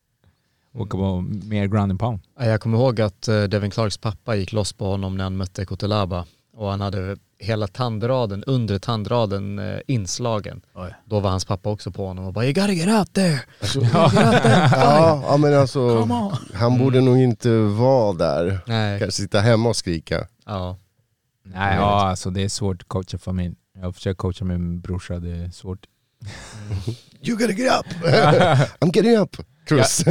åka på mer ground and pound. Ja, jag kommer ihåg att eh, Devin Clarks pappa gick loss på honom när han mötte Kutelaba och han hade hela tandraden, under tandraden eh, inslagen. Oj. Då var hans pappa också på honom och bara, you gotta get out there. Ja, ja men alltså, Come on. han borde nog inte vara där. Nej. Kanske sitta hemma och skrika. Ja. Nej, ja, alltså det är svårt att coacha familj. Jag har försökt coacha min brorsa, det är svårt. You gotta get up! I'm getting up! Cruz.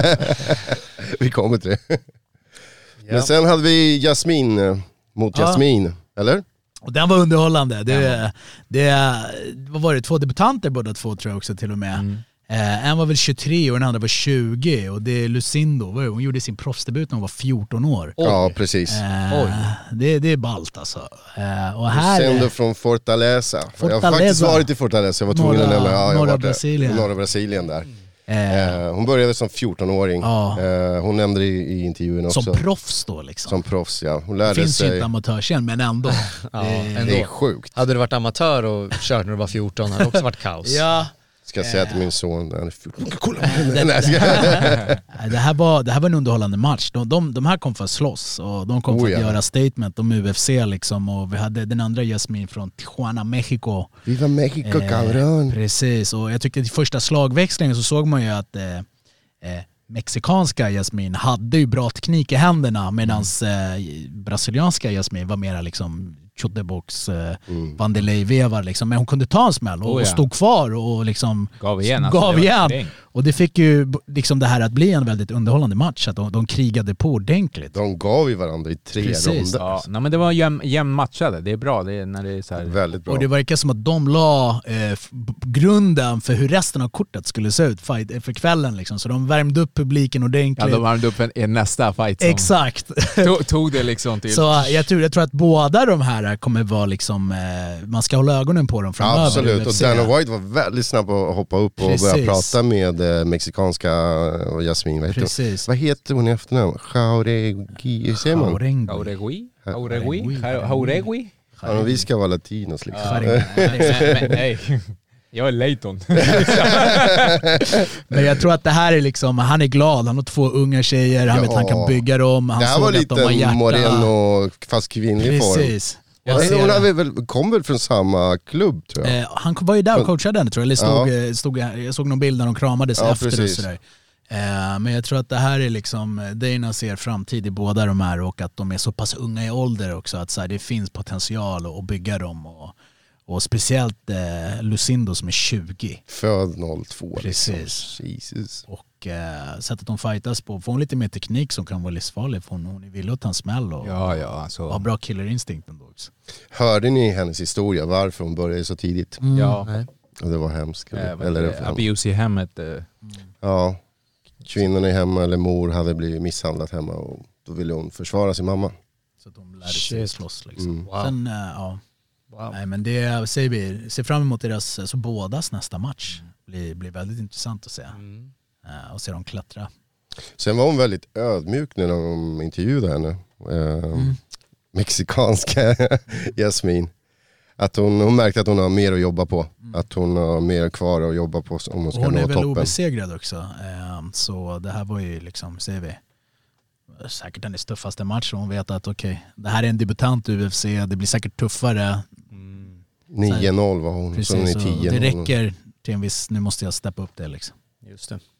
Vi kommer till det. Men sen hade vi Jasmin eh, mot Ja. Jasmin, eller? Och den var underhållande. Det, det, vad var det? Två debutanter båda två tror jag också till och med. Mm. Eh, en var väl tjugotre och den andra var tjugo. Och det är Lucindo. Hon gjorde sin proffsdebut när hon var fjorton år. Ja, precis. Eh, Oj. det, det är ballt alltså. Eh, och här... Sen då från Fortaleza. För Jag har Fortaleza. faktiskt varit i Fortaleza. Jag var tvungen att Norra- nämna. Ja, jag norra var där. Brasilien. Norra Brasilien där. eh, Eh, hon började som fjorton-åring. Ja. Eh, hon nämnde det i, i intervjun också. som proffs då liksom. Som proffs, ja. Hon det lärde finns ju sig. inte amatörscen men ändå. Ja, Det- ändå. Det är sjukt. Hade du varit amatör och kört när du var fjorton hade det också varit kaos. Ja. Ska jag säga till min son, han är fjorton. Kolla på Det, henne. det, Nej, ska jag- här, det, här var, det här var en underhållande match. De, de, de här kom för att slåss och de kom Oh, för att ja. göra statement om U F C liksom. Och vi hade den andra Jasmin från Tijuana, Mexico. Viva Mexico, Eh, cabrón. Precis, och jag tyckte i första slagväxlingen så såg man ju att eh, eh, mexikanska Jasmin hade ju bra teknik i händerna medan eh, brasilianska Jasmin var mera liksom chotebox, eh, Mm. Vandelay-vevar liksom. Men hon kunde ta en smäll och, Oh, ja. och stod kvar och liksom Gav igen. Alltså, gav det var igen. sträng. Och det fick ju b- liksom det här att bli en väldigt underhållande match, att de, de krigade på ordentligt. De gav ju varandra i tre Precis. ronder. Ja, nej, men det var jämn, jämn matchade. Det är bra. Det är när det är så här. Väldigt bra. Och det verkar som att de la eh, f- b- grunden för hur resten av kortet skulle se ut fight, eh, för kvällen liksom. Så de värmde upp publiken Ja, ordentligt. de värmde upp en, en nästa fight som Exakt. tog, tog det liksom till. Så eh, jag tror, jag tror att båda de här kommer vara liksom, eh, man ska hålla ögonen på dem framöver. Absolut, och U F C. Dana White var väldigt snabb på att hoppa upp och Precis. börja prata med eh, mexikanska och Jasmin. Vad heter, hon? Precis. Vad heter hon i efternamn? Jauregui, säger man? Jauregui. Jauregui? Jauregui. Jauregui? Jauregui? Ja, men vi ska vara latinos liksom. Jauregui. Men, men, nej. Jag är Leighton. Men jag tror att det här är liksom, han är glad, han har två unga tjejer, han Ja. vet att han kan bygga dem, han Det här såg var att de har lite hjärta. Moreno fast kvinnlig form. Precis. Jag Hon, ser hon det. hade väl, kom väl från samma klubb tror jag. Eh, han var ju där och coachade henne tror jag, eller stod, Ja. eh, stod, jag såg någon bild när de kramades Ja, efter precis. och sådär. Eh, men jag tror att det här är liksom, Dana ser framtid i båda de här och att de är så pass unga i ålder också, att så här, det finns potential att bygga dem och, och speciellt eh, Lucindo som är tjugo. Född noll två. Precis. Liksom. Jesus. Och eh, sättet de fightas på, får hon lite mer teknik som kan vara livsfarlig, för hon, hon är villig att ta en smäll och Ja, ja, har alltså. bra killerinstinkt ändå också. Hörde ni hennes historia, varför hon började så tidigt? Ja. Nej. Ja, det var hemskt. Eh, vad Eller, heter det? Abuse i hemmet. eh. ja, kvinnorna i hemma eller mor hade blivit misshandlat hemma och då ville hon försvara sin mamma. Så att de lärde sig Shit. slåss liksom. Mm. Wow. Sen, eh, ja. Wow. Nej men det säger vi, ser fram emot deras, så bådas nästa match. Blir, blir väldigt intressant att se. Mm. Eh, och se dem klättra. Sen var hon väldigt ödmjuk när de intervjuade henne. Eh, Mm. Mexikanska Jasmin. Att hon, hon märkte att hon har mer att jobba på. Att hon har mer kvar att jobba på om hon Och ska hon nå är väl toppen. obesegrad också. Eh, så det här var ju liksom, säger vi, säkert hennes tuffaste match. Hon vet att okej, det här är en debutant i U F C, det blir säkert tuffare. Mm. nio noll var hon, så hon är Precis, och tio det noll. räcker till en viss, nu måste jag steppa upp det liksom. Just det.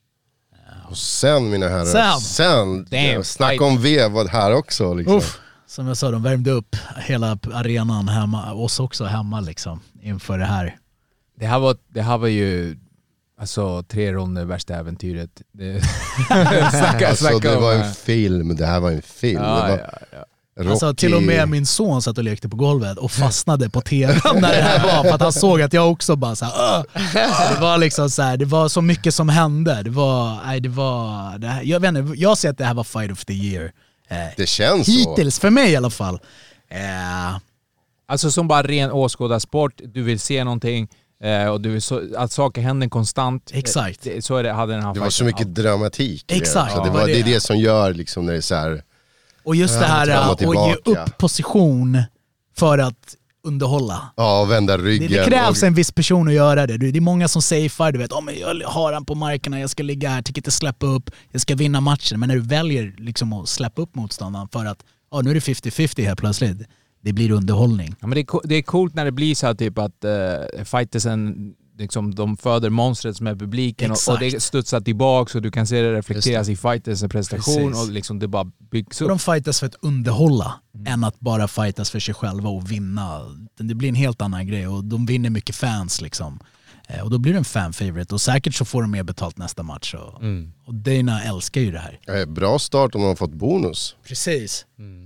Och sen mina herrar, Sen. sen, Damn, snacka fight. om vevad här också. Liksom. Uff, som jag sa, de värmde upp hela arenan hemma, oss också hemma liksom, inför det här. Det här var, det här var ju alltså tre ronder värsta äventyret. Det, snacka, Alltså, snacka det om, var eh, en film, det här var en film. det Ja, var ja, ja. Alltså Rocky. till och med min son satt och lekte på golvet och fastnade på tvn när det här var, för att han såg att jag också bara så här, "Åh!" Det var liksom så här, det var så mycket som hände. Det var, nej det var, det här, jag vet inte, jag ser att det här var fight of the year. Eh, Det känns så. hittills, för mig i alla fall. Eh, Alltså som bara ren åskådarsport, du vill se någonting eh, och du vill så, att saker händer konstant. Exakt. Eh, det, så är det, hade den här Det var så fighten. mycket dramatik. i det. Exakt, Så det, det var, var det är det. det som gör liksom när det är så här. och just det Fram här och att ge tillbaka. upp position för att underhålla. Ja, vända Det, ryggen. det krävs och, en viss person att göra det. Det är många som safear, du vet, oh, men jag har han på markerna, jag ska ligga här, tänker inte släppa upp, jag ska vinna matchen. Men när du väljer liksom att släppa upp motståndaren för att oh, nu är det femtio femtio här plötsligt, det blir underhållning. Ja, men det, är, co- det är coolt när det blir så här typ att uh, fightersen liksom, de föder monstret som är publiken och, och det studsar tillbaka och du kan se det reflekteras det. i fighters prestation. Precis. Och liksom det bara byggs upp. Och de fightas för att underhålla mm. än att bara fightas för sig själva och vinna. Det blir en helt annan grej och de vinner mycket fans liksom. Och då blir det en fan-favorite och säkert så får de mer betalt nästa match. Och, mm. och Dana älskar ju det här. Bra start om de har fått bonus. Precis. Mm.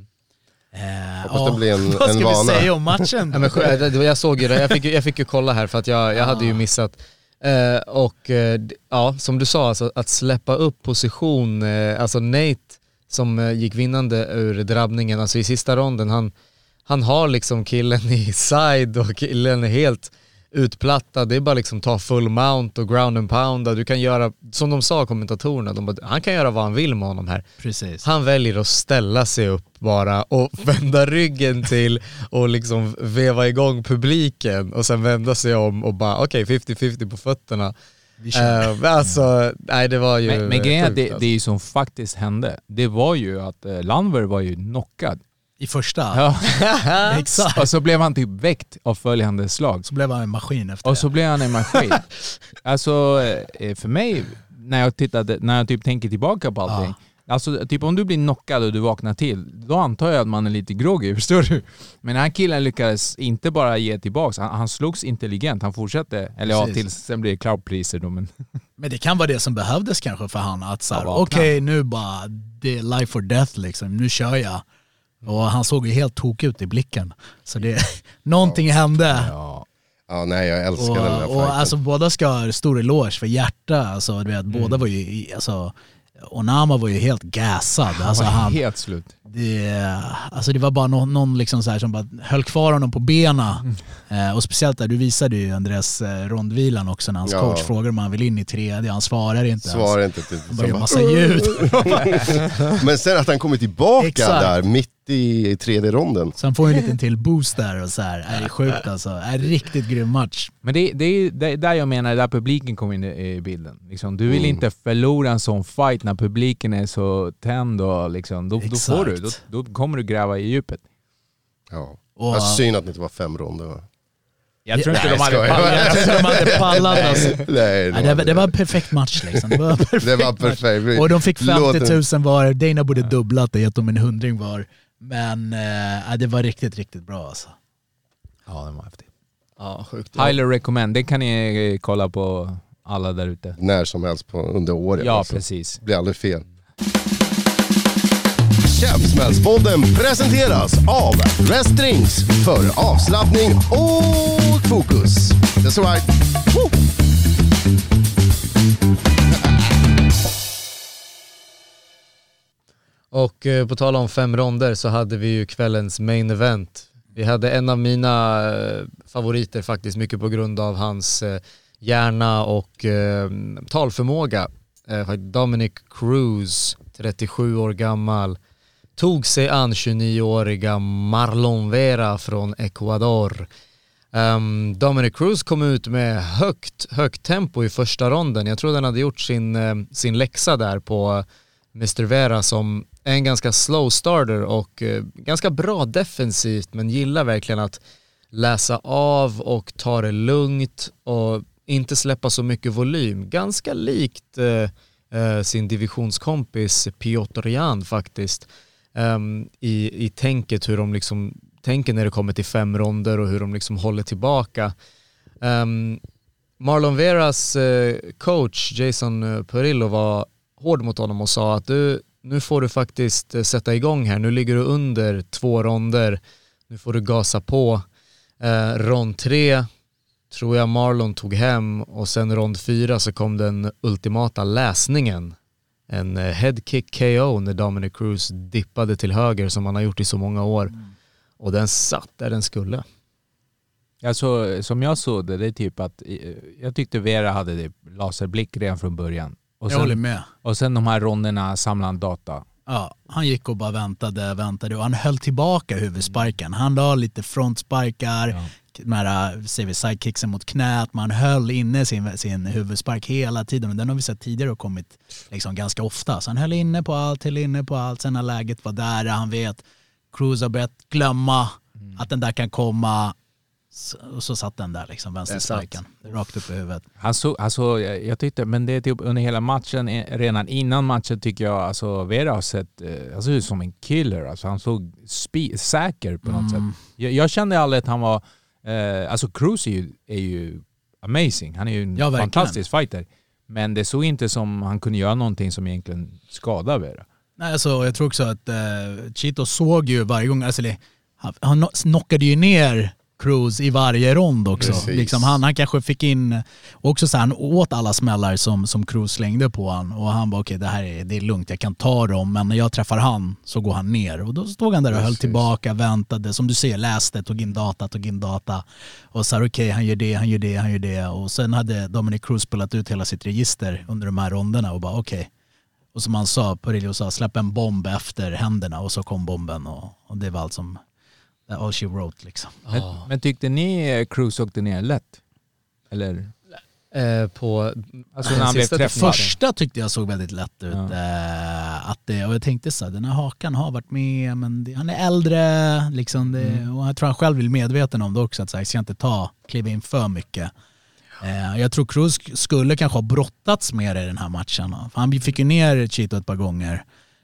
Eh, Hoppas det blir en, vad en ska vana. vi säga om matchen? Ja, men, jag såg ju det, jag fick, jag fick ju kolla här för att jag, jag hade ju missat. Eh, och eh, ja, som du sa, alltså, att släppa upp position, eh, alltså Nate som eh, gick vinnande ur drabbningen, alltså i sista ronden, han, han har liksom killen i side och killen är helt utplattad, det är bara liksom ta full mount och ground and pound. Du kan göra, som de sa kommentatorerna, de bara, han kan göra vad han vill med honom här. Precis. Han väljer att ställa sig upp bara och vända ryggen till och liksom veva igång publiken och sen vända sig om och bara okej, okay, femtio femtio på fötterna. Uh, alltså, nej det var ju... Men, men grejen är det, det är ju som faktiskt hände. Det var ju att uh, Landwehr var ju knockad. I första? Ja. Exakt. Och så blev han typ väckt av följande slag. Så blev han en maskin efter Och det. så blev han en maskin. Alltså för mig, när jag tittade, när jag typ tänker tillbaka på allting. Ja. Alltså typ om du blir knockad och du vaknar till, då antar jag att man är lite groggy, förstår du? Men den här killen lyckades inte bara ge tillbaka. Han, han slogs intelligent, han fortsatte. Eller ja, tills sen blir det cloudpriser då. Men... men det kan vara det som behövdes kanske för han. Att såhär, okej okay, nu bara, det är life or death liksom, nu kör jag. Och han såg ju helt tok ut i blicken. Så det, någonting ja. hände. Ja. ja, nej jag älskar och, den här och alltså båda ska ha stor eloge för hjärta. Alltså, du vet, mm. båda var ju, alltså, Onama var ju helt gassad. Han alltså, var han, helt slut. Det, alltså det var bara någon, någon liksom så här som bara höll kvar honom på bena. Mm. Eh, och speciellt där, du visade ju Andreas eh, rondvilan också när hans ja. coach frågar om han vill in i tredje. Han svarar inte. Svarar inte. Typ. Han bara massa ljud. Men sen att han kommer tillbaka Exakt. där mitt i tredje ronden. Så han får en liten till boost där och så här. Är det sjukt alltså. Är det riktigt grym match. Men det, det är det, där jag menar, där publiken kommer in i bilden. Liksom, du vill mm. inte förlora en sån fight när publiken är så tänd och liksom, då, då får du. Då, då kommer du gräva i djupet. Ja. Och, det var synd att det inte var fem ronder. Va? Jag tror inte nej, de hade pallat. Jag tror inte de hade pallat. Alltså. nej, det, nej, det, var, det var en perfekt match liksom. Det var, perfekt det var perfekt. Match. Och de fick femtio tusen var. Dana borde dubblat det, gett dem en hundring var. Men äh, det var riktigt, riktigt bra alltså. Ja, det var häftigt. Ja, sjukt. Highly recommend. Det kan ni kolla på alla där ute. När som helst på, under året. Ja, alltså. precis. Det blir aldrig fel. Käftsmällspodden presenteras av Restdrinks för avslappning och fokus. That's right. Woo! Och eh, på tal om fem ronder så hade vi ju kvällens main event. Vi hade en av mina eh, favoriter faktiskt, mycket på grund av hans eh, hjärna och eh, talförmåga. Eh, Dominic Cruz, trettiosju år gammal, tog sig an tjugonioåriga Marlon Vera från Ecuador. Um, Dominic Cruz kom ut med högt, högt tempo i första ronden. Jag tror den hade gjort sin, eh, sin läxa där på mister Vera, som är en ganska slow starter och eh, ganska bra defensivt, men gillar verkligen att läsa av och ta det lugnt och inte släppa så mycket volym. Ganska likt eh, eh, sin divisionskompis Piotr Jan faktiskt. Um, i, i tänket hur de liksom tänker när det kommer till fem ronder och hur de liksom håller tillbaka. Um, Marlon Veras uh, coach Jason Perillo var hård mot honom och sa att du, nu får du faktiskt uh, sätta igång här. Nu ligger du under två ronder. Nu får du gasa på. Uh, rond tre tror jag Marlon tog hem och sen rond fyra så kom den ultimata läsningen. En headkick K O när Dominic Cruz dippade till höger som han har gjort i så många år. Mm. Och den satt där den skulle. Alltså, som jag såg det, det är typ att jag tyckte Vera hade det laserblick redan från början. Och sen, jag håller med. Och sen de här ronderna samlade data. Ja, han gick och bara väntade, väntade och han höll tillbaka huvudsparken. Han la lite frontsparkar, ja. De här ser vi, sidekicksen mot knät, man höll inne sin, sin huvudspark hela tiden, men den har vi sett tidigare och kommit liksom ganska ofta. Så han höll inne på allt, höll inne på allt, sen när läget var där, han vet Cruz har börjat glömma Mm. Att den där kan komma, och så satt den där liksom, vänsterstriken. Rakt upp i huvudet. Han så, alltså, jag, jag tyckte, men det är typ under hela matchen, redan innan matchen tycker jag, alltså Vera har sett alltså, ut som en killer. Alltså, han såg spe, säker på något Mm. sätt. Jag, jag kände aldrig att han var, eh, alltså Cruz är ju, är ju amazing. Han är ju en Ja, verkligen. fantastisk fighter. Men det såg inte som han kunde göra någonting som egentligen skadade Vera. Nej, alltså, jag tror också att uh, Chito såg ju varje gång, alltså, han, han knockade ju ner Cruz i varje rond också. Liksom, han, han kanske fick in, också så här, han åt alla smällar som, som Cruz slängde på han, och han bara okej, okay, det här är, det är lugnt, jag kan ta dem, men när jag träffar han så går han ner, och då stod han där och Precis. höll tillbaka, väntade, som du ser, läste, tog in data, tog in data och sa okej, okay, han gör det, han gör det, han gör det, och sen hade Dominic Cruz spelat ut hela sitt register under de här ronderna och bara okej, okay. Och som han sa, Perillo sa, släpp en bomb efter händerna, och så kom bomben, och, och det var allt som all she wrote liksom. Men, oh. men tyckte ni Cruz åkte ner lätt? Eller? Eh, på alltså när han blev träffad. Första tyckte jag såg väldigt lätt ut. Ja. Eh, att det, och jag tänkte så här, den här hakan har varit med, men det, han är äldre liksom det, mm. och jag tror han själv är medveten om det också, att så här, jag ska inte ta, kliva in för mycket. Eh, jag tror Cruz skulle kanske ha brottats mer i den här matchen. För han fick ju ner Chito ett par gånger.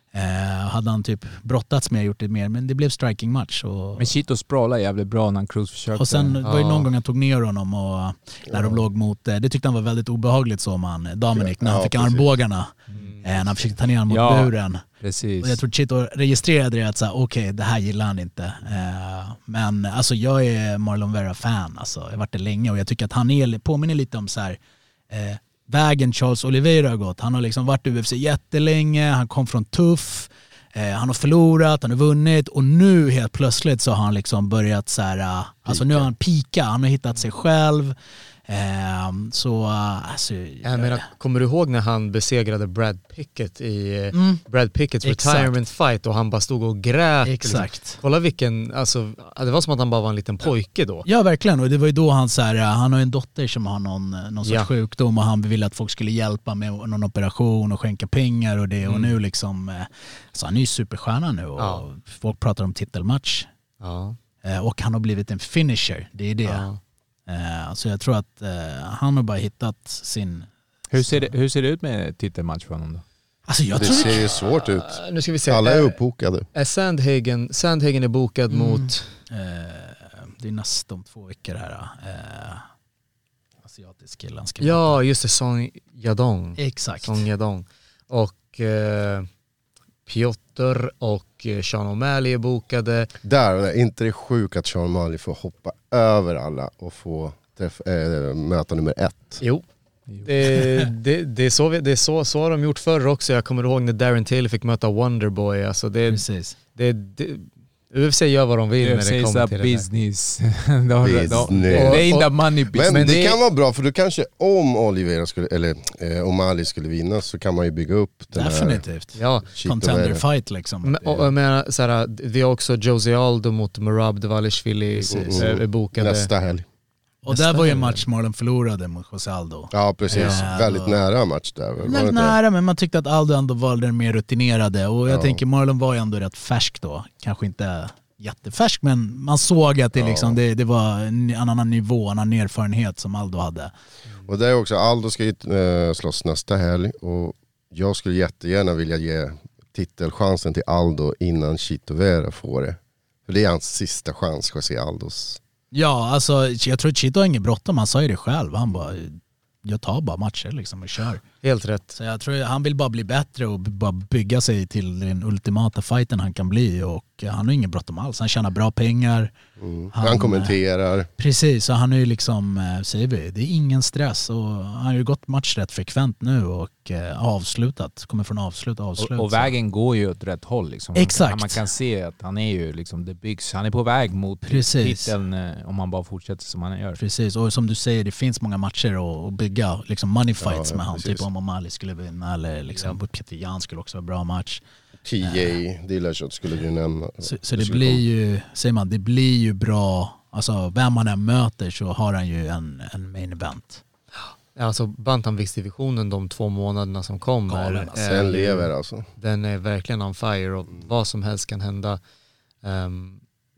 Eh, hade han typ brottats med, gjort det mer, men det blev striking match. Och, men Chito språlade jävligt bra när Cruz försökte. Och sen ja. var det någon gång han tog ner honom, och när ja. de låg mot, det tyckte han var väldigt obehagligt, så man Dominic, när han ja, fick precis. armbågarna mm. eh, när han försökte ta ner honom mot ja, buren. Precis. Och jag tror Chito registrerade det, att säga okej, okay, det här gillar han inte. Eh, men alltså jag är Marlon Vera-fan, alltså. Jag har varit det länge, och jag tycker att han är, påminner lite om så här eh, vägen Charles Oliveira har gått. Han har liksom varit i U F C jättelänge, han kom från tuff, eh, han har förlorat, han har vunnit, och nu helt plötsligt så har han liksom börjat så här, uh, alltså nu har han pika, han har hittat sig själv. Eh, så uh, alltså, jag menar, kommer du ihåg när han besegrade Brad Pickett i mm. Brad Picketts Exakt. retirement fight, och han bara stod och grät. Exakt. Liksom. Kolla vilken, alltså det var som att han bara var en liten pojke då. Ja, verkligen, och det var ju då han så här, han har en dotter som har någon, någon sorts ja. sjukdom, och han ville att folk skulle hjälpa med någon operation och skänka pengar och det, mm. och nu liksom, så han är ju superstjärna nu, och ja. folk pratar om titelmatch. Ja. Och han har blivit en finisher, det är det. Ja. Uh, så jag tror att uh, han har bara hittat sin... Hur ser det, hur ser det ut med titelmatch för honom då? Alltså jag det tror ser ju svårt ut. Uh, nu ska vi se. Alla är uppbokade. Är Sandhagen, Sandhagen är bokad mm. mot... Uh, det är nästan om två veckor här. Uh, asiatisk killen ska Ja, just det. Song Yadong. Exakt. Song Yadong. Och... Uh, Piotr och Sean O'Malley är bokade. Där, är inte det sjukt att Sean O'Malley får hoppa över alla och få träff, äh, möta nummer ett? Jo, det, det, det är, så, det är så, så har de gjort förr också. Jag kommer ihåg när Darren Till fick möta Wonderboy. Alltså det, Precis. Det, det, U F C gör vad de vill när det kommer till business. det business. Det är inte money business. Men det, det kan vara bra, för du kanske, om Oliveira skulle, eller eh, om Ali skulle vinna, så kan man ju bygga upp den definitivt. här... Ja, contender fight liksom. Men, och, jag menar, så här, vi har också Jose Aldo mot Merab Dvalishvili är bokade. Nästa helg. Och Nästa där var ju en match Marlon förlorade mot Jose Aldo. Ja, precis. Ja, väldigt då... nära match där. Väldigt nära, men man tyckte att Aldo ändå var den mer rutinerade. Och jag ja. tänker Marlon var ju ändå rätt färsk då. Kanske inte jättefärsk, men man såg att det, ja. liksom, det, det var en annan nivå, en annan erfarenhet som Aldo hade. Och det är också, Aldo ska ju äh, slåss nästa helg, och jag skulle jättegärna vilja ge titelchansen till Aldo innan Chito Vera får det. För det är hans sista chans att se Aldos. Ja, alltså jag tror att Chito har ingen bråttom, han sa ju det själv. Han bara, jag tar bara matcher liksom och kör. Helt rätt. Så jag tror att han vill bara bli bättre och bara bygga sig till den ultimata fighten han kan bli, och han har ingen bråttom alls. Han tjänar bra pengar. Mm. Han, han kommenterar. Precis, så han är ju liksom, säger vi, det är ingen stress, och han har ju gått match rätt frekvent nu och eh, avslutat, kommer från avslut avslut. Och, och vägen går ju åt rätt håll liksom. Exakt. Man kan se att han är ju liksom, det byggs, han är på väg mot Precis. titeln om han bara fortsätter som han gör. Precis, och som du säger, det finns många matcher att bygga, liksom money fights ja, med han, typ om O'Malley skulle vinna, eller liksom ja. Peter Jan skulle också vara bra match. T J Dillashaw skulle du nämna. Så, så det blir ju, säger man, det blir ju bra, alltså vem man än möter så har han ju en, en main event. Alltså bantamviktsdivisionen de två månaderna som kommer. Galen, alltså. Den lever alltså. Den är verkligen on fire, och vad som helst kan hända. Um,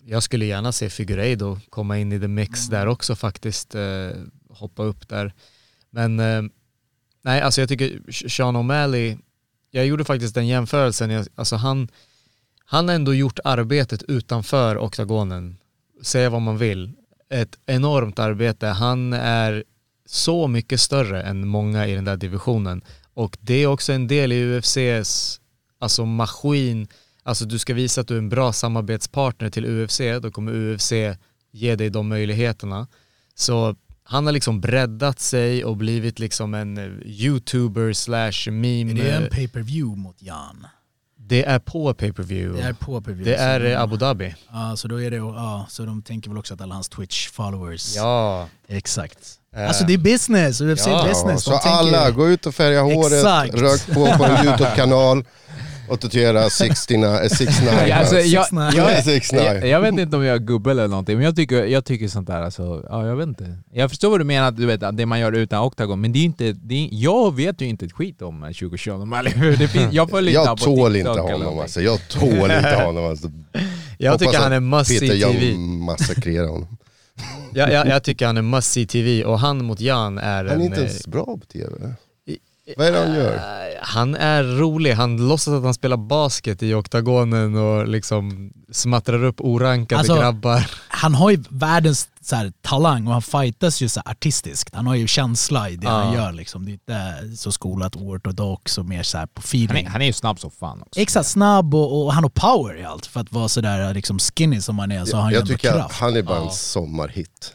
jag skulle gärna se Figueiredo komma in i the mix där också faktiskt, eh, hoppa upp där. Men eh, nej, alltså jag tycker Sean O'Malley, jag gjorde faktiskt den jämförelsen, jag, alltså han han har ändå gjort arbetet utanför oktagonen, säga vad man vill, ett enormt arbete. Han är så mycket större än många i den där divisionen, och det är också en del i U F C:s alltså maskin. Alltså du ska visa att du är en bra samarbetspartner till U F C, då kommer U F C ge dig de möjligheterna. Så han har liksom breddat sig och blivit liksom en YouTuber slash meme. Är det en pay-per-view mot Jan? Det är på pay-per-view. Det är på pay-per-view. Det är så, Abu Dhabi. Ja, så då är det, ja, så de tänker väl också att alla hans Twitch-followers. Ja. Exakt. Äh. Alltså det är business, U F C Ja, business. Så De tänker, alla, gå ut och färga håret, Exakt. rök på på en YouTube-kanal och tatuera sextionio, sextionio. Ja, alltså, jag, Six nine. jag, sextionio. jag, jag vet inte om jag är gubbe eller någonting, men jag tycker, jag tycker sånt där, alltså, ja, jag vet inte. Jag förstår vad du menar, du vet, det man gör utan oktagon, men det är inte, det är, jag vet ju inte ett skit om tjugo tjugo. Det finns, jag följer inte Jag på tål TikTok inte eller honom någonting. alltså. Jag tål inte honom alltså. Jag Hoppas tycker han är att must see Peter T V. Jan massakrerar honom. Jag, jag, jag tycker han är must see T V, och han mot Jan är Han är en, inte ens bra på tv. Vad är det han gör? eh, han är rolig, han låtsas att han spelar basket i oktagonen och liksom smattrar upp orankade Alltså, grabbar. han har ju världens så här, talang och han fightas ju så här, artistiskt. Han har ju känsla i det Ja. han gör liksom. Det är inte så skolat ortodox och mer så här på Han feeling. är, han är ju snabb som fan också. Exakt, snabb och, och han har power i allt. För att vara så där liksom skinny som han är så har han ju Jag ändå tycker att kraft. han är bara en Ja. sommarhit.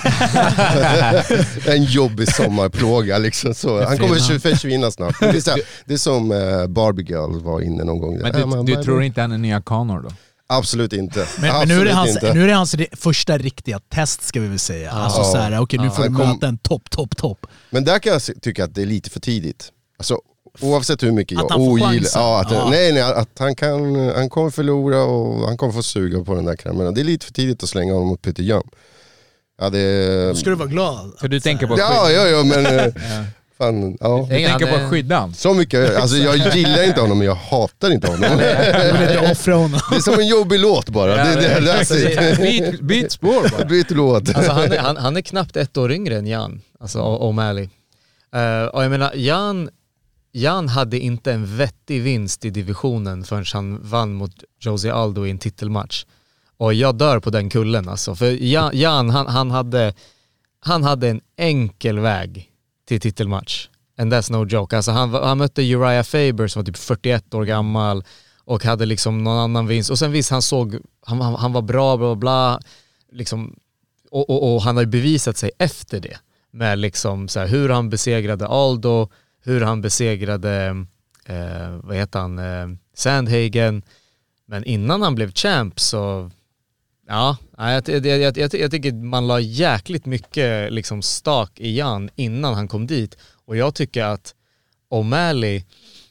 En jobbig sommarplåga liksom så. Han kommer Försvinna. försvinna snabbt. Det är, så här, det är som uh, Barbie Girl var inne någon gång. Men Ja, du, man, du vad- tror inte han är nya Connor då? Absolut inte. Men, men Absolut nu är det hans, inte. nu är det hans ri- första riktiga test ska vi väl säga. Alltså så här, okej nu Ja. får du Han kom- möta en topp, topp, topp. Men där kan jag se- tycka att det är lite för tidigt. Alltså, oavsett hur mycket Att jag han får ogillar, chansen. ja, att, Ja. nej, nej, att han, kan, han kommer förlora och han kommer få suga på den där krämen. Det är lite för tidigt att slänga honom mot Peter Jan. Ja, det, Då ska du vara glad. För du tänker på ja, ja, ja, men eh, fan, ja. Jag tänker Han är- på skyddan. Så mycket, alltså jag gillar inte honom men jag hatar inte honom. Du vill inte offra honom. Det är som en jobbig låt bara. Det, det, det, Alltså, that's det- it. Byt, byt spår bara. Byt låt. Alltså han, är, han, han är knappt ett år yngre än Jan, alltså O- O'Malley. Uh, och jag menar, Jan, Jan hade inte en vettig vinst i divisionen förrän han vann mot Jose Aldo i en titelmatch. Och jag dör på den kullen alltså. För Jan, Jan han, han, hade, han hade en enkel väg till titelmatch. And that's no joke. Alltså han, han mötte Uriah Faber som var typ fyrtioett år gammal och hade liksom någon annan vinst. Och sen visst, han såg, han, han, han var bra, bla bla, liksom, och, och, och han har ju bevisat sig efter det. Med liksom så här, hur han besegrade Aldo, hur han besegrade, eh, vad heter han, eh, Sandhagen. Men innan han blev champ så, ja, jag, jag, jag, jag, jag tycker man la jäkligt mycket liksom stak i Jan innan han kom dit. Och jag tycker att O'Malley,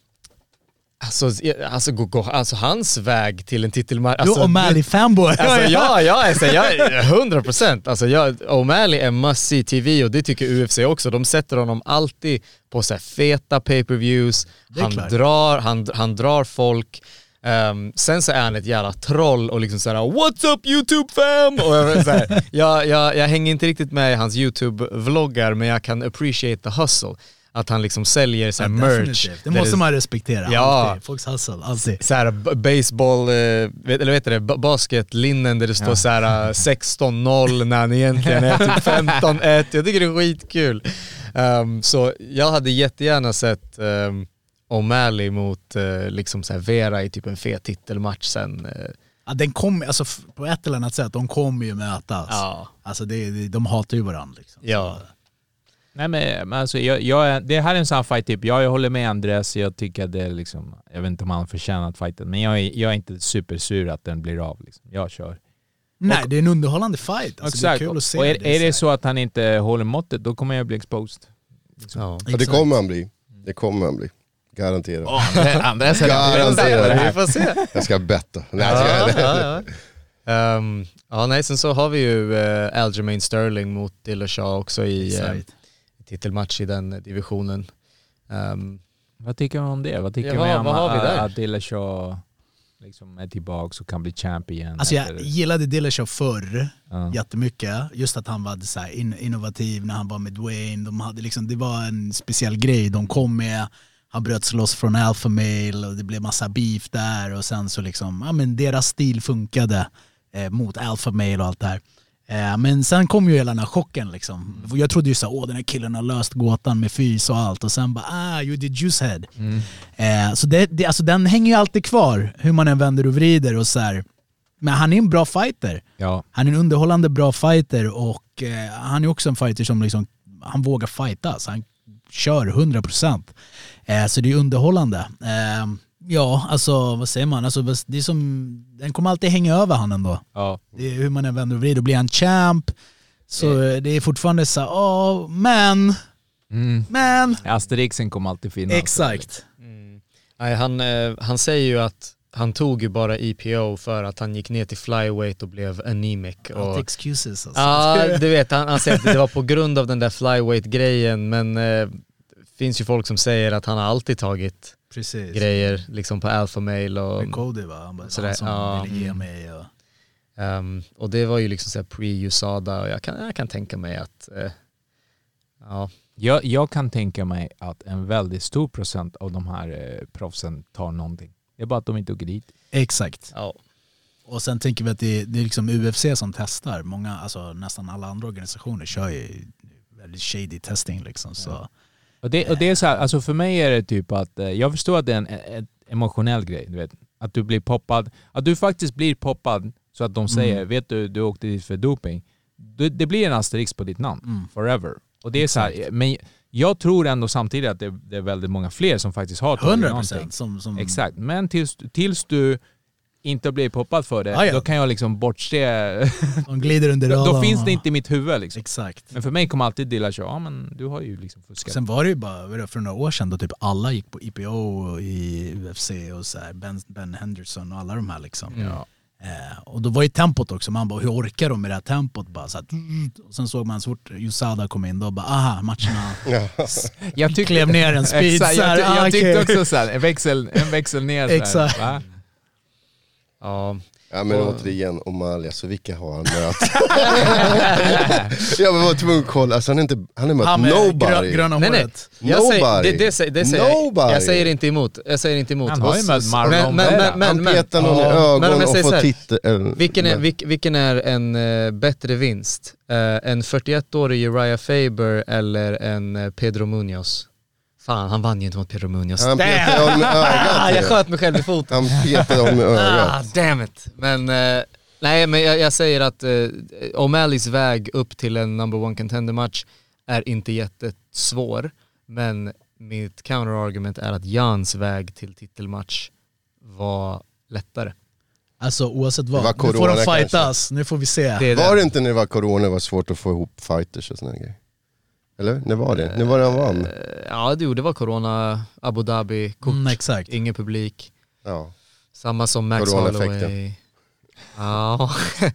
alltså, alltså, gå- gå- alltså hans väg till en titelmatch. Du Alltså, är O'Malley-fanboy. Alltså ja, jag är så, jag hundra procent. Alltså jag, O'Malley är must see T V och det tycker U F C också. De sätter honom alltid på så här feta pay-per-views. Det är Han klart. drar, han, han drar folk. Um, sen så är han ett jävla troll och liksom såhär what's up YouTube fam? Och jag, så här, jag, jag, jag hänger inte riktigt med i hans YouTube-vloggar, men jag kan appreciate the hustle. Att han liksom säljer så här Ja, merch. definitivt. Det där måste man respektera. Ja. Alltid. Folks hustle, alltid. så här b- baseball, eh, vet, eller vet du det, b- basketlinnen där det står så här sexton noll när han egentligen är typ femton ett. Jag tycker det är skitkul. Um, så jag hade jättegärna sett um, O'Malley mot uh, liksom så här Vera i typ en fet titelmatch sen. Uh, Ja, den kom, alltså, f- på ett eller annat sätt, de kommer ju mötas. ja. Alltså det, det, de hatar ju varandra. Liksom. Ja. Nej men men alltså, jag, jag, är- det här är en sån fight typ. Jag håller med Andres, jag tycker att det är liksom, jag vet inte om han förtjänat fighten, men jag är, jag är inte supersur att den blir av liksom. Jag kör. Nej, det är en underhållande fight. Alltså, det är kul att se. Och är, är det så så att han inte håller måttet, då kommer jag bli exposed. Ja. Ja, det Exakt. kommer han bli. Det kommer han bli. Garanterat. Andres är Garanterat. Vi får se. Jag ska betta. Nej, jag Ja, ska, ja, ja. Um, ja, nej, sen så har vi ju uh, Aljamain Sterling mot Dillashaw också i uh, Exakt. titelmatch i den divisionen. Um, Vad tycker man om det? Vad tycker Jaha, man om vad har vi att- där? att Dillashaw... liksom är tillbaka och kan bli champ igen. Alltså jag efter... gillade Dillashaw förr ja. jättemycket. Just att han var så här in- innovativ när han var med Dwayne. De hade liksom, det var en speciell grej de kom med. Han bröts loss från Alpha Male och det blev massa beef där. Och sen så liksom, ja men deras stil funkade eh, mot Alpha Male och allt det här. Eh, men sen kom ju hela den här chocken liksom. Mm. Jag trodde ju så åh den här killen har löst gåtan med fys och allt. Och sen bara, ah you did juicehead. Mm. Eh, så det, det, alltså, den hänger ju alltid kvar, hur man än vänder och vrider och så här. Men han är en bra fighter. Ja. Han är en underhållande bra fighter och eh, han är också en fighter som liksom, han vågar fighta. Så han kör hundra procent. Eh, så det är underhållande. Eh, Ja, alltså vad säger man? Alltså, det är som, den kommer alltid hänga över han ändå. Ja. Det är hur man än vänder och vrider. Och blir han champ så mm. det är fortfarande så här, åh, men, mm. men. Asterixen kommer alltid finnas. Exakt. Mm. Nej, han, eh, han säger ju att han tog ju bara E P O för att han gick ner till flyweight och blev anemic. Och, Allt excuses alltså. Ja, du vet, han, han säger att det var på grund av den där flyweight-grejen, men eh, finns ju folk som säger att han har alltid tagit Precis. grejer liksom på Alpha Male och med Cody va? Han bara, sådär, han som ja. ville ge mig och... Um, och det var ju liksom såhär pre-U S A D A och jag kan, jag kan tänka mig att uh, ja. Jag, jag kan tänka mig att en väldigt stor procent av de här eh, proffsen tar någonting. Det är bara att de inte åker dit. Exakt. Ja. Och sen tänker vi att det, det är liksom U F C som testar. Många, alltså nästan alla andra organisationer kör ju väldigt shady testing liksom. Så. Ja. Och, det, och det är så här, alltså för mig är det typ att eh, jag förstår att det är en, en emotionell grej, du vet. Att du blir poppad, att du faktiskt blir poppad så att de säger, mm. vet du, du åkte dit för doping. Du, det blir en asterix på ditt namn, mm. forever. Och det är så här, men jag tror ändå samtidigt att det, det är väldigt många fler som faktiskt har tagit hundra procent som, som... Exakt, men tills, tills du inte blir poppad för det, ah, ja. då kan jag liksom bortse. De glider under då, då finns det inte i mitt huvud liksom. Exakt. Men för mig kommer alltid Dillashaw, ja men du har ju liksom fuskat. Sen var det ju bara för några år sedan då typ alla gick på E P O i U F C och så här, Ben, Ben Henderson och alla de här liksom. Mm. Ja. Eh, och då var ju tempot också, man bara hur orkar de med det här tempot bara så här, och sen såg man så fort U S A D A kom in då bara aha matcherna jag tyckte, klev ner en speed. Exakt, så här, jag, jag ah, tyckte okay. också så här, en växel, en växel ner. Exakt. Va? Ja. Ja men och... återigen, O'Malley, så vilka har han mött? Jag var tvungen att kolla, alltså han är inte, han är mött han nobody. Grö, gröna nej, nej. Jag nobody. säger, det, det, det, det säger nobody. Jag säger inte emot. Jag säger inte emot. Han har ju mött Marlon men, men, men, Han men, petar någon ja, i ögon men om jag och säger får så här, titta. Äh, vilken, är, vilk, vilken är en uh, bättre vinst? Uh, en fyrtioett-årig Uriah Faber eller en uh, Pedro Munoz? Fan, han vann ju inte mot Pedro Munoz. Han petade honom med ögat. Jag sköt mig själv i foten. Han petade honom med ögat. Ah, damn it. Men... Uh, Nej, men jag, jag säger att eh, O'Malleys väg upp till en number one contender match är inte jättesvår, men mitt counterargument är att Jans väg till titelmatch var lättare. Alltså oavsett vad, nu får de fightas, nu får vi se. Det var det inte när det var corona, det var svårt att få ihop fighters och såna grejer? Eller? När var det? När var det han vann? Uh, ja, det, det var corona, Abu Dhabi, kort, mm, exakt. ingen publik. Ja. Samma som Max Holloway. Ja,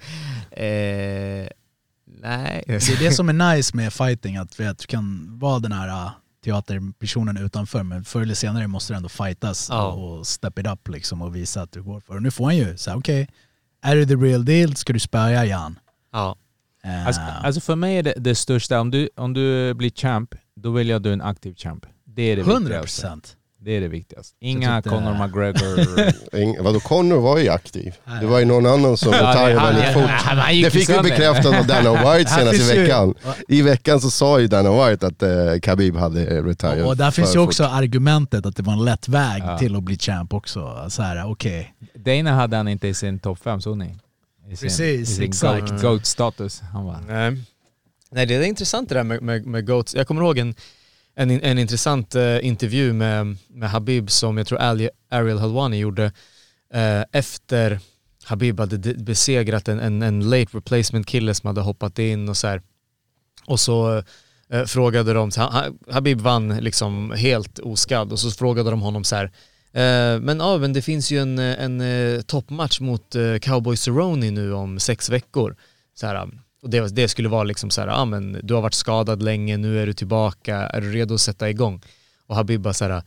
eh, nej. Det är det som är nice med fighting, att du kan vara den här teaterpersonen utanför, men förr eller senare måste du ändå fightas ja. och step it up liksom och visa att du går för. Och nu får han ju så okej, okay, är du the real deal ska du spöja Jan. Ja. Uh, alltså, alltså för mig är det, det största, om du, om du blir champ, då vill jag du en aktiv champ. Det är det hundra procent. Det är det viktigaste. Inga Conor McGregor. Ing, vadå, Conor var ju aktiv. Det var ju någon annan som retirade väldigt fort. Det fick vi bekräftat av Dana White senast i veckan. I veckan så sa ju Dana White att uh, Khabib hade retired. Och, och där finns ju också fort. argumentet att det var en lätt väg ja. till att bli champ också. Så här, okej. Okay. Dana hade han inte i sin topp fem, så ni. I sin, Precis, i sin exakt. Goat, goat status. Han var. Nej. Nej, det är intressant det där med, med, med Goats. Jag kommer ihåg en En, en intressant uh, intervju med, med Habib som jag tror Ali, Ariel Helwani gjorde uh, efter Habib hade besegrat en, en, en late replacement kille som hade hoppat in och så här. Och så uh, frågade de, ha, Habib vann liksom helt oskadd och så frågade de honom så här, uh, men ja, men det finns ju en, en uh, toppmatch mot uh, Cowboy Cerrone nu om sex veckor. Så här, och det, det skulle vara liksom så här, ah, men du har varit skadad länge, nu är du tillbaka, är du redo att sätta igång? Och Habib bara så här,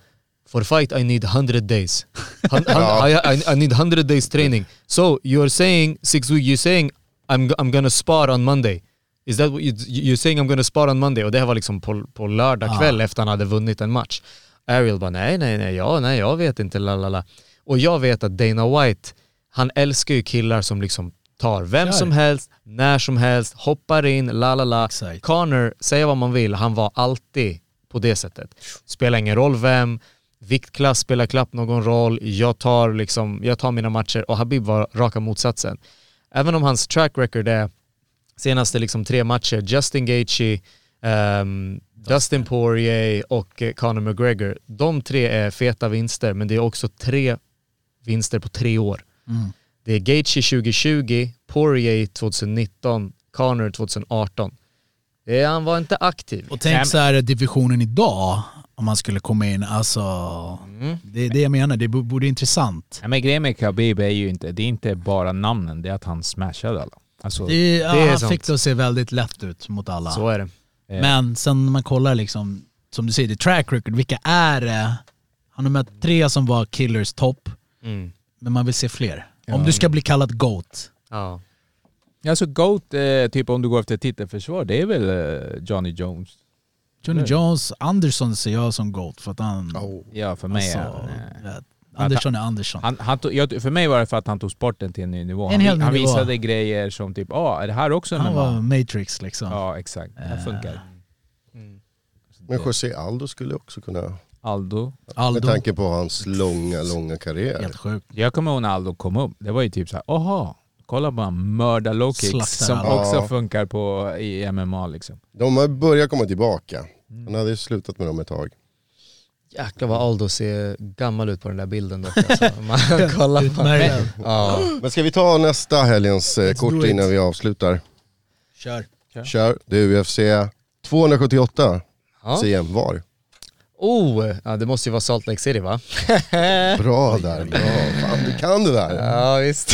For fight I need one hundred days. Hun- hun- I, I, I need one hundred days training. So you're saying six weeks, you're saying I'm, I'm gonna spar on Monday. Is that what you, you're saying I'm gonna spar on Monday? Och det här var liksom på, på lördag kväll efter han hade vunnit en match. Ariel bara nej, nej, nej, ja, nej, jag vet inte, lalala. Och jag vet att Dana White, han älskar ju killar som liksom tar vem som helst, när som helst, hoppar in, lalala. Exakt. Conor, säga vad man vill, han var alltid på det sättet. Spelar ingen roll vem, viktklass spelar knappt någon roll, jag tar, liksom, jag tar mina matcher, och Habib var raka motsatsen. Även om hans track record är senaste liksom tre matcher, Justin Gaethje, um, Dustin Poirier och Conor McGregor, de tre är feta vinster, men det är också tre vinster på tre år. Mm. Det är Gaethje tjugo tjugo, Poirier tjugonitton, Conor tjugoarton. Det är, han var inte aktiv. Och tänk så här divisionen idag, om man skulle komma in, alltså Mm. det är det jag menar, det borde intressant. Ja, men grejen med Khabib är ju inte, det är inte bara namnen, det är att han smashade alla. Alltså, Det, ja, det är han sant. fick det att se väldigt lätt ut mot alla. Så är det. eh, Men sen när man kollar liksom, som du säger, det track record, vilka är det? Han har mött tre som var killers topp, Mm. men man vill se fler. Ja. Om du ska bli kallad GOAT. Ja. alltså GOAT, eh, typ om du går efter titelförsvar, det är väl eh, Johnny Jones. Johnny Mm. Jones, Anderson ser jag som GOAT för att han... Oh. Ja, för mig alltså, är vet, Andersson är Andersson. han, han tog, jag, för mig var det för att han tog sporten till en ny nivå. En Han, hel han ny nivå. visade grejer som typ, ja, ah, är det här också Han en var M M A? Matrix liksom. Ja, exakt. Det Eh, funkar. Mm. Men José Aldo skulle också kunna, Aldo. Aldo, med tanke på hans långa, långa karriär. helt sjukt. Jag kommer ihåg när Aldo kom upp. Det var ju typ så här, aha, kolla på han mörda low kicks Slaktar som alla. också Ja. funkar på i M M A liksom. De har börjat komma tillbaka. Han hade ju slutat med dem ett tag. Jäklar vad Aldo ser gammal ut på den där bilden dock. Alltså. Man kollar på. Utmärkt. Ja. Men ska vi ta nästa helgens eh, Let's do kort it. innan vi avslutar? Kör. Kör, det är U F C tvåhundrasjuttioåtta. Ja. C M var. Oh, ja, det måste ju vara Salt Lake City va? Bra där, bra. Fan, du kan det där. Ja visst.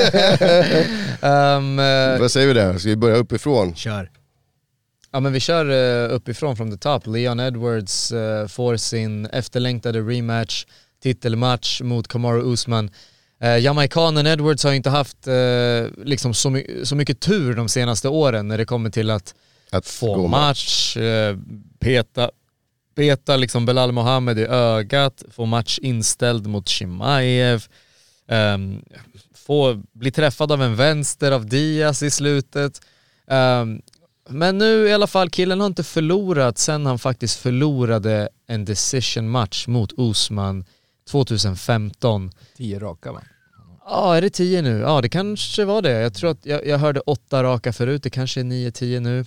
um, eh, Vad säger vi där? Ska vi börja uppifrån? Kör. ja men vi kör uh, uppifrån from the top. Leon Edwards uh, får sin efterlängtade rematch, titelmatch mot Kamaru Usman. Uh, Jamaikanen Edwards har inte haft uh, liksom så, my- så mycket tur de senaste åren när det kommer till att Att få gå match, uh, peta, peta liksom Belal Mohammed i ögat, få match inställd mot Chimaev, um, få bli träffad av en vänster av Diaz i slutet. Um, men nu i alla fall, killen har inte förlorat sen han faktiskt förlorade en decision match mot Usman tjugohundrafemton. Tio raka va? Ja, är det tio nu? Ja, det kanske var det. Jag tror att jag, jag hörde åtta raka förut, det kanske är nio, tio nu.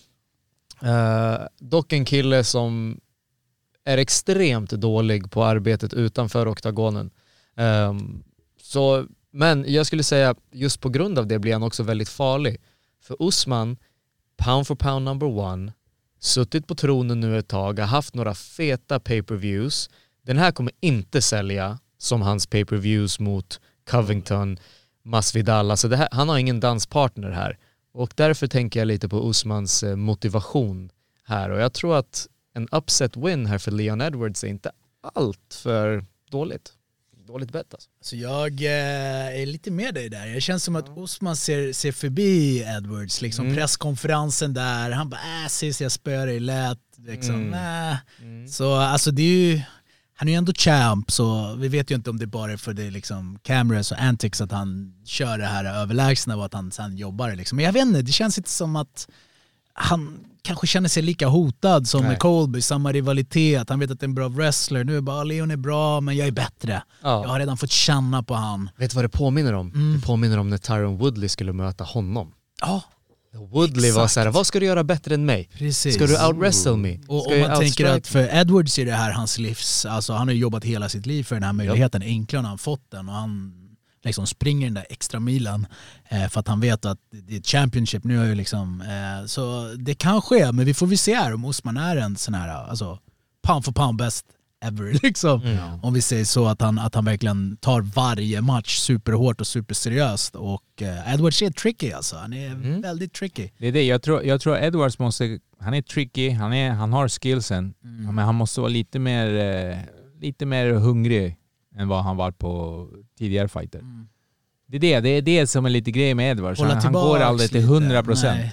Uh, dock en kille som är extremt dålig på arbetet utanför oktagonen. Um, så, men jag skulle säga just på grund av det blir han också väldigt farlig. För Usman, pound for pound number one, suttit på tronen nu ett tag, har haft några feta pay-per-views. Den här kommer inte sälja som hans pay-per-views mot Covington, Masvidal. Alltså det här, han har ingen danspartner här. Och därför tänker jag lite på Usmans eh, motivation här. Och jag tror att en upset win här för Leon Edwards är inte allt för dåligt. Dåligt bett alltså. Så jag eh, är lite med dig där. Det känns som att Usman ser, ser förbi Edwards. Liksom Mm. presskonferensen där. Han bara, äh, sist jag spöade dig lätt. Liksom, Mm. äh. Mm. Så alltså det är ju, han är ju ändå champ, så vi vet ju inte om det bara är för det liksom cameras och antics att han kör det här överlägsna och att han sen jobbar liksom. Men jag vet inte, det känns inte som att han kanske känner sig lika hotad som Nej. med Colby, samma rivalitet, han vet att det är en bra wrestler, nu är bara Leon är bra men jag är bättre. Ja. Jag har redan fått känna på han. Vet du vad det påminner om? Mm. Det påminner om när Tyron Woodley skulle möta honom. Ja, Woodley var Exakt. så här, vad ska du göra bättre än mig? precis. Ska du out-wrestle me? Och Ska om jag man tänker outstrike att för Edwards är det här hans livs, alltså han har ju jobbat hela sitt liv för den här möjligheten, enklare när han fått den och han liksom springer den där extra milen eh, för att han vet att det är ett championship nu är ju liksom, eh, så det kan ske, men vi får vi se här om Usman är en sån här, alltså pound for pound best ever liksom. Mm. Om vi säger så att han, att han verkligen tar varje match superhårt och superseriöst och eh, Edwards är tricky alltså, han är Mm. väldigt tricky. Det är det, jag tror, jag tror Edwards måste, han är tricky, han, är, han har skillsen, Mm. men han måste vara lite mer, eh, lite mer hungrig än vad han var på tidigare fighter. Mm. Det är det, det är det som är lite grej med Edwards. Han, han går aldrig till hundra procent.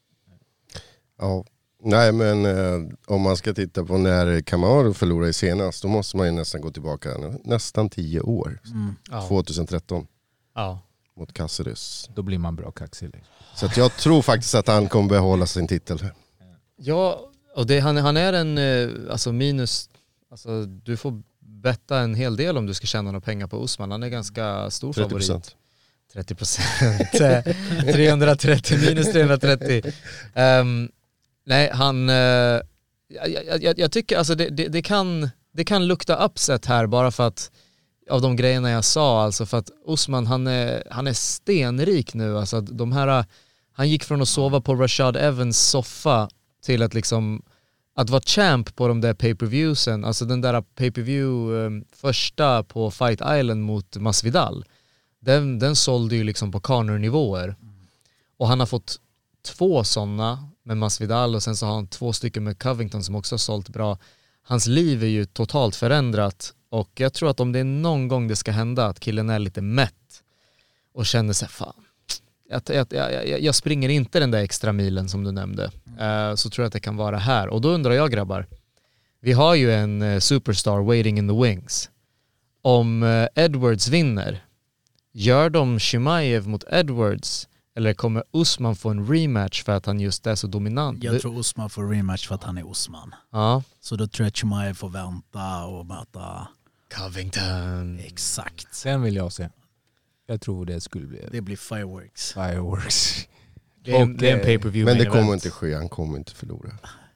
Ja, nej men eh, om man ska titta på när Kamaru förlorade senast, då måste man ju nästan gå tillbaka nästan tio år. Mm. Ja. tjugohundratretton. Ja. Mot Caceres. Då blir man bra kaxig. Så att jag tror faktiskt att han kommer behålla sin titel. Ja, och det, han, han är en alltså minus, alltså du får betta en hel del om du ska tjäna några pengar på Usman. Han är ganska stor trettio procent. favorit. trettio procent. trehundratrettio minus trehundratrettio. Um, nej, han uh, jag, jag, jag tycker alltså det, det, det kan det kan lukta upset här bara för att av de grejerna jag sa, alltså för att Usman han är han är stenrik nu, alltså de här, han gick från att sova på Rashad Evans soffa till att liksom att vara champ på de där pay-per-viewsen, alltså den där pay-per-view um, första på Fight Island mot Masvidal, den, den sålde ju liksom på Conor-nivåer. Och han har fått två sådana med Masvidal och sen så har han två stycken med Covington som också har sålt bra. Hans liv är ju totalt förändrat och jag tror att om det är någon gång det ska hända att killen är lite mätt och känner sig fan, jag, jag, jag, jag springer inte den där extra milen som du nämnde, uh, så tror jag att det kan vara här. Och då undrar jag, grabbar, vi har ju en uh, superstar waiting in the wings. Om uh, Edwards vinner, gör de Chimaev mot Edwards eller kommer Usman få en rematch för att han just är så dominant? Jag tror Usman får rematch för att han är Usman. Ja. Så då tror jag Chimaev får vänta och möta Covington. Exakt. Den vill jag se. Jag tror det skulle bli... Det blir fireworks. Fireworks. Det är, en, det är en pay-per-view. Men det kommer inte ske, han kommer inte förlora.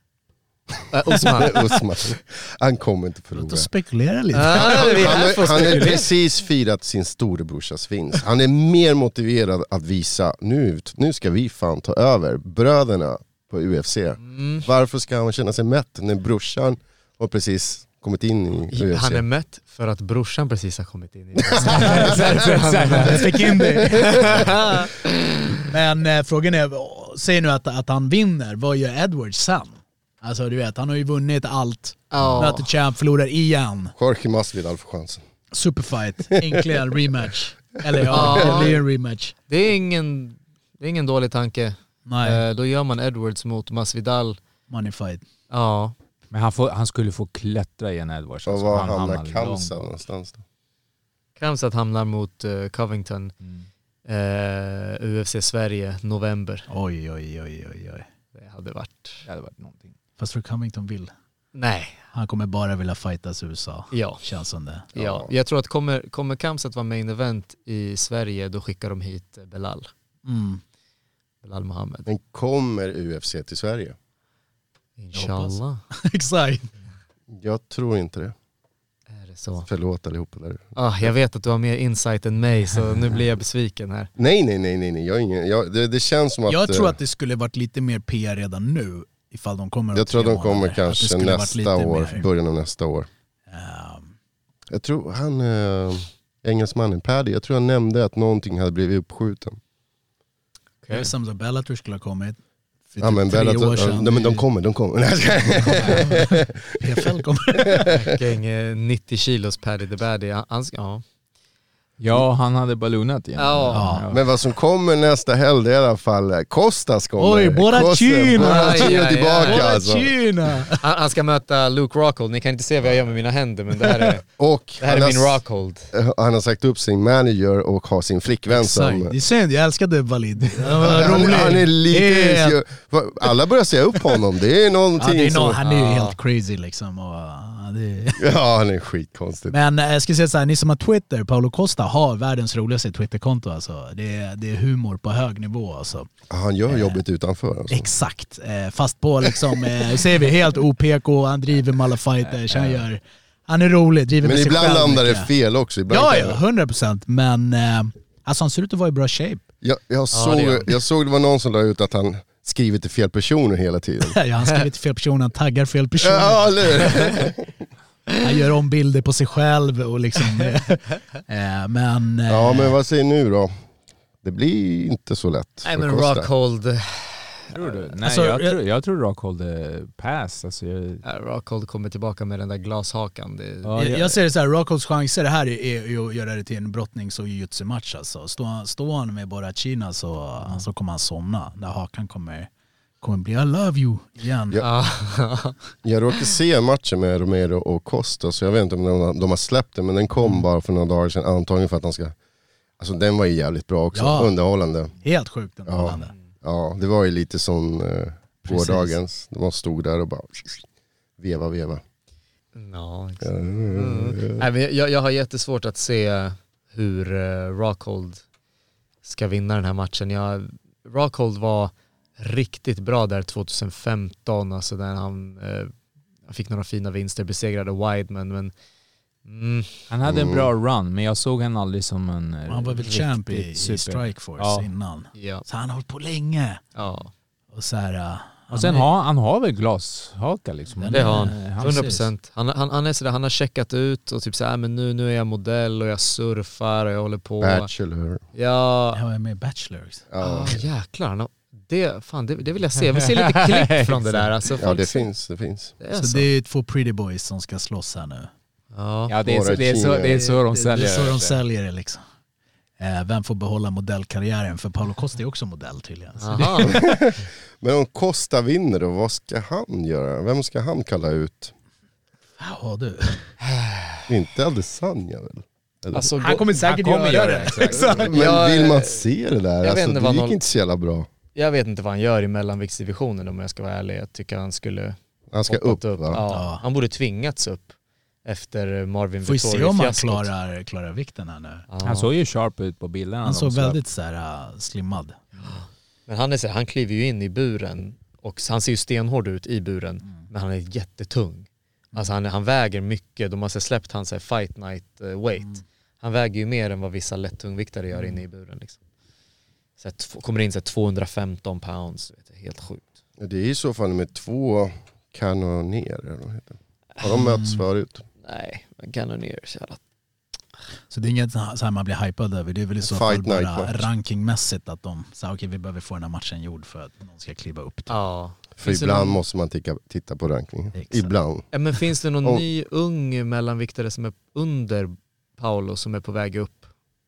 Uh, Usman. Usman. Han kommer inte förlora. Låt oss spekulera lite. Ah, han, han, han är precis firat sin storebrorsas vinst. Han är mer motiverad att visa nu, nu ska vi fan ta över bröderna på U F C. Mm. Varför ska han känna sig mätt när brorsan har precis kommit in i U F C? Han är mätt för att brorsan precis har kommit in i U F C. Fick in det. Men eh, frågan är, säg nu att, att han vinner, vad gör Edwards sen? Alltså du vet, han har ju vunnit allt. Oh. Möter champ, förlorar igen. Jorge Masvidal för chansen. Superfight, äntligen rematch. Eller ja, oh. det blir en rematch. Det är ingen, det är ingen dålig tanke. Nej. Eh, då gör man Edwards mot Masvidal. Money fight. Ja. Men han, får, han skulle få klättra igen Edwards. Och var han hamnar Kamsat någonstans då? Kamsat hamnar mot uh, Covington. Mm. Uh, U F C Sverige, november. Oj, oj, oj, oj, oj. Det hade varit, det hade varit någonting. Fast tror Covington vill. Nej. Han kommer bara vilja fightas i U S A. Ja. Känns som det. Ja. ja. Jag tror att kommer, kommer Kamsat vara main event i Sverige, då skickar de hit Belal. Mm. Belal Mohammed. Men kommer U F C till Sverige? Inshallah. Exakt. Jag tror inte det. Är det så? Förlåt allihopa där. Ah, jag vet att du har mer insight än mig, så nu blir jag besviken här. Nej, nej, nej, nej, nej. Jag, ingen, jag, det, det känns som att... Jag tror att det skulle varit lite mer P R redan nu, ifall de kommer. Jag tror att de kommer kanske nästa år, mer. början av nästa år. Um. Jag tror han, äh, engelsmannen Paddy, jag tror han nämnde att någonting hade blivit uppskjuten. Okay. Det är som att Bellator skulle ha kommit. För ja, men Bellator, ja, de, de kommer, de kommer. P F L kommer. Gäng nittio kilos Paddy the Baddy. Han, ja. ja, han hade ballonat igen. Ja. Ja. Men vad som kommer nästa helg, det är i alla fall Kostas kommer. Oj, Borrachina! Borrachina tillbaka alltså. Han, han ska möta Luke Rockhold. Ni kan inte se vad jag gör med mina händer, men det här är, och det här är min Rockhold. Han har sagt upp sin manager och har sin flickvän som... Det är synd, jag älskade Walid. han, han är lite... Helt... Alla börjar säga upp honom. Det är någonting ja, det är som... no, han är ju helt crazy liksom. Och, det... ja, han är skitkonstig. Men jag ska säga så här, ni som har Twitter, Paulo Costa har världens roligaste Twitterkonto alltså. Det är, det är humor på hög nivå alltså. Han gör jobbet eh, utanför alltså. Exakt, eh, fast på liksom, eh, ser vi helt O P K, han driver med alla fighters, han gör, han är rolig, driver men med sig själv. Men ibland landar det fel också. Ibland ja, ja, hundra procent, men eh, alltså han ser ut att vara i bra shape. Jag, jag, såg, ja, jag såg det var någon som la ut att han skrivit till fel personer hela tiden. ja, han skrivit till fel personer, han taggar fel personer. Ja, eller? Han gör om bilder på sig själv och liksom eh, men... Eh, ja, men vad säger nu då? Det blir inte så lätt. Nej, men Rockhold, Tror du? Nej, Alltså, jag, jag- tror, jag tror Rockhold är pass. Alltså, jag, Äh, Rockhold kommer tillbaka med den där glashakan. Det, Ja, jag, jag- jag ser det så här, Rockholds chanser här är, är ju att göra det till en brottnings- och jiu-jitsu-match alltså. Står stå han med bara Kina så, så kommer han somna. Där hakan kommer, kommer bli I love you igen. Ja. Ja. Jag råkade se matchen med Romero och Costa, så jag vet inte om de, de har släppt den, men den kom bara för några dagar sedan, antagligen för att han ska... Alltså den var ju jävligt bra också, Ja. underhållande. Helt sjukt underhållande. Ja, det var ju lite som eh, Precis. gårdagens. De stod där och bara veva, veva. Ja, exakt. Mm. Nej, men jag, jag har jättesvårt att se hur uh, Rockhold ska vinna den här matchen. Jag, Rockhold var riktigt bra där tjugohundrafemton, alltså där han, uh, han fick några fina vinster, besegrade Weidman, men mm, han hade en bra run, men jag såg han aldrig som en... eh, Han var väl riktigt champ i, i super. Strikeforce Ja. innan. ja. Så han har hållit på länge. ja. Och så här, uh, Och sen är- har han har väl glashaka liksom. Den Det har han, Eh, han hundra procent. Han, han, han är sådär, han har checkat ut och typ såhär, men nu, nu är jag modell och jag surfar och jag håller på. Bachelor. Ja, Jag är med i Bachelors. Ja, ah, jäklar. Han har, det, fan, det, det vill jag se. Jag vill se lite klipp från det där. Alltså, ja folk- det finns, det finns. Det är Så så. det är två pretty boys som ska slåss här nu. Ja. Ja, det är, så, Våra det, är så, det är så de Det, säljer. det är så de säljer det liksom. Eh, vem får behålla modellkarriären? För Paolo Costa är också modell tydligen. Så Aha. Men om Costa vinner då, vad ska han göra? Vem ska han kalla ut? Ja du. Inte Adesanya väl? Eller? Alltså, Han kommer säkert Han kommer göra göra det. det, exakt. men jag- vill man se det där? jag vet Alltså, inte det vad gick någon- inte så jävla bra. jag vet inte vad han gör i mellanviktsdivisionen om jag ska vara ärlig. Jag tycker han skulle Han ska hoppat upp, va? Ja, Ja. Han borde tvingats upp efter Marvin Får vi se om han Vettori-fiaskot. klarar, klarar vikten här nu. Ja. Han såg ju sharp ut på bilderna. Han de såg släppte. väldigt så här uh, slimmad. Men han, är så, han kliver ju in i buren och han ser ju stenhård ut i buren, Mm. men han är jättetung. Alltså han, han väger mycket, de har så släppt hans så här fight night eh, weight. Mm. Han väger ju mer än vad vissa lättungviktare gör inne i buren. Liksom. Så här, t- kommer in så här tvåhundrafemton pounds, vet du, helt sjukt. Det är i så fall med två kanonerer. eller vad heter det? Har de mötts förut? Nej, men Cannoneers jävla... Så det är inget så här man blir hypad över. Det är väl i så Fight fall bara night match. rankingmässigt att de säger okej, vi behöver få den här matchen gjord för att någon ska kliva upp. Ja. För Finns det ibland någon- måste man ticka, titta på rankingen. Exakt. Ibland. Ja, men finns det någon Oh. ny ung mellanviktare som är under Paolo som är på väg upp?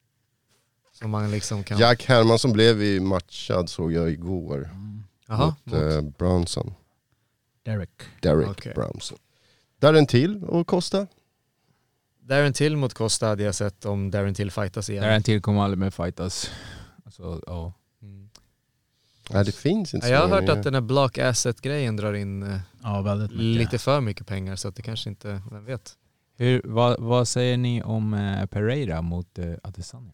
Som man liksom kan... Jack Hermansson blev i matchad såg jag igår. Mm. Jaha, Mot eh, Bronson. Derek. Derek Okej. Bronson. Där en till och Costa. Darren Till mot Costa hade jag sett om Darren Till fightas igen. Där en till kommer aldrig mer fightas. Alltså, ja. Mm. Nej, det finns inte Ja, så jag har många hört att nya. den här block asset-grejen drar in eh, Ja, väldigt mycket. lite för mycket pengar, så att det kanske inte, vem vet. Hur, vad, vad säger ni om eh, Pereira mot eh, Adesanya?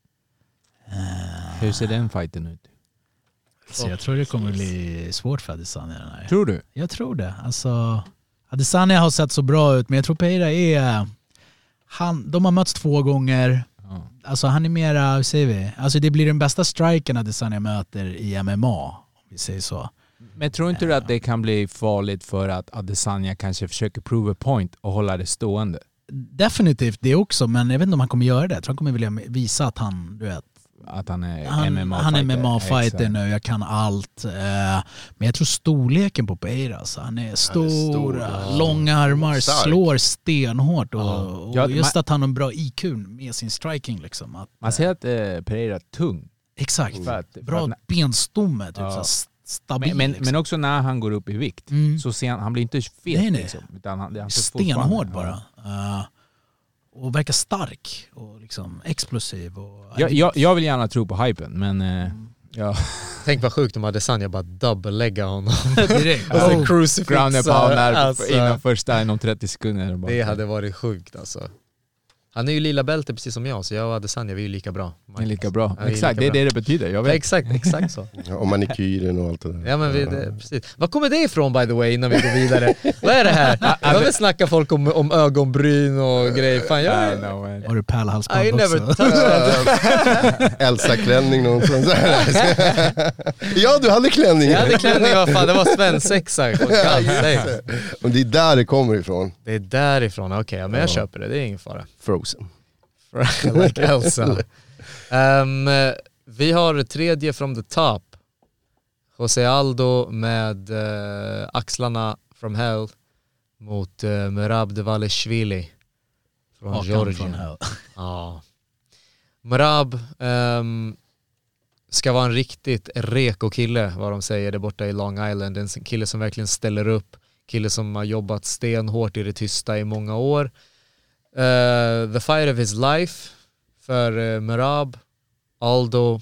Eh, Hur ser den fighten ut? Så jag tror det kommer bli svårt för Adesanya den här. Tror du? Jag tror det. Alltså, Adesanya har sett så bra ut, men jag tror Pereira är... Han, de har mötts två gånger. Ja. Alltså han är mera, hur säger vi? Alltså det blir den bästa striken Adesanya möter i M M A, om vi säger så. Men tror inte du att det kan bli farligt för att Adesanya kanske försöker prove a point och hålla det stående? Definitivt det också, men jag vet inte om han kommer göra det. Jag tror han kommer vilja visa att han, du vet, Att han är han, M M A-fighter? han är M M A-fighter Exakt. nu, jag kan allt. Eh, Men jag tror storleken på Pereira, alltså, han är stor, stor, eh, ja. långa armar, Stark. slår stenhårt och, Ja. och Ja, just man- att han har en bra I Q med sin striking. Liksom, att, Man ser att eh, Pereira är tung. exakt, För att, för bra att, benstomme, typ, Ja. så här, st- stabil. men, men, liksom. men också när han går upp i vikt Mm. så ser han, han blir inte fet Nej, nej. liksom. Utan han, han ser Stenhård fortfarande- bara. Eh, och verkar stark och liksom explosiv. Och, Jag, jag, jag vill gärna tro på hypen, men eh, ja. Tänk vad sjukt om Adesanya bara double-lägga honom. direkt. Och sen Oh. crucifix. Ground and pound där alltså, innan första inom trettio sekunder. Bara. det hade varit sjukt alltså. Han är ju lila bälte precis som jag, så jag och Adesanya, vi är ju lika bra. Det är lika bra. Ja, vi är Exakt, lika det är bra. det det betyder. Jag Ja, vet. exakt, exakt så. Ja, och manikyren och allt det där. Ja men vi, det, precis. Var kommer det ifrån by the way innan vi går vidare? Vad är det här? Jag vill snacka folk om, om ögonbryn och grejer. Fan jag I är... know, man. Har du pärlhalsband I never också? touched that. Elsa-klänning någonstans. Ja, du hade klänning. Jag hade klänning, vad fan, det var svensexa. Ja, just det. Och det är där det kommer ifrån. Det är därifrån, okej, okay, men jag Ja. köper det, det är ingen fara. Frozen. Like Elsa. Um, vi har tredje from the top. Jose Aldo med uh, axlarna from hell mot uh, Merab Dvalishvili från Hakan Georgien. från hell. Ja. Merab um, ska vara en riktigt reko kille, vad de säger där borta i Long Island. En kille som verkligen ställer upp, kille som har jobbat stenhårt i det tysta i många år. Uh, the fight of his life för uh, Merab. Aldo,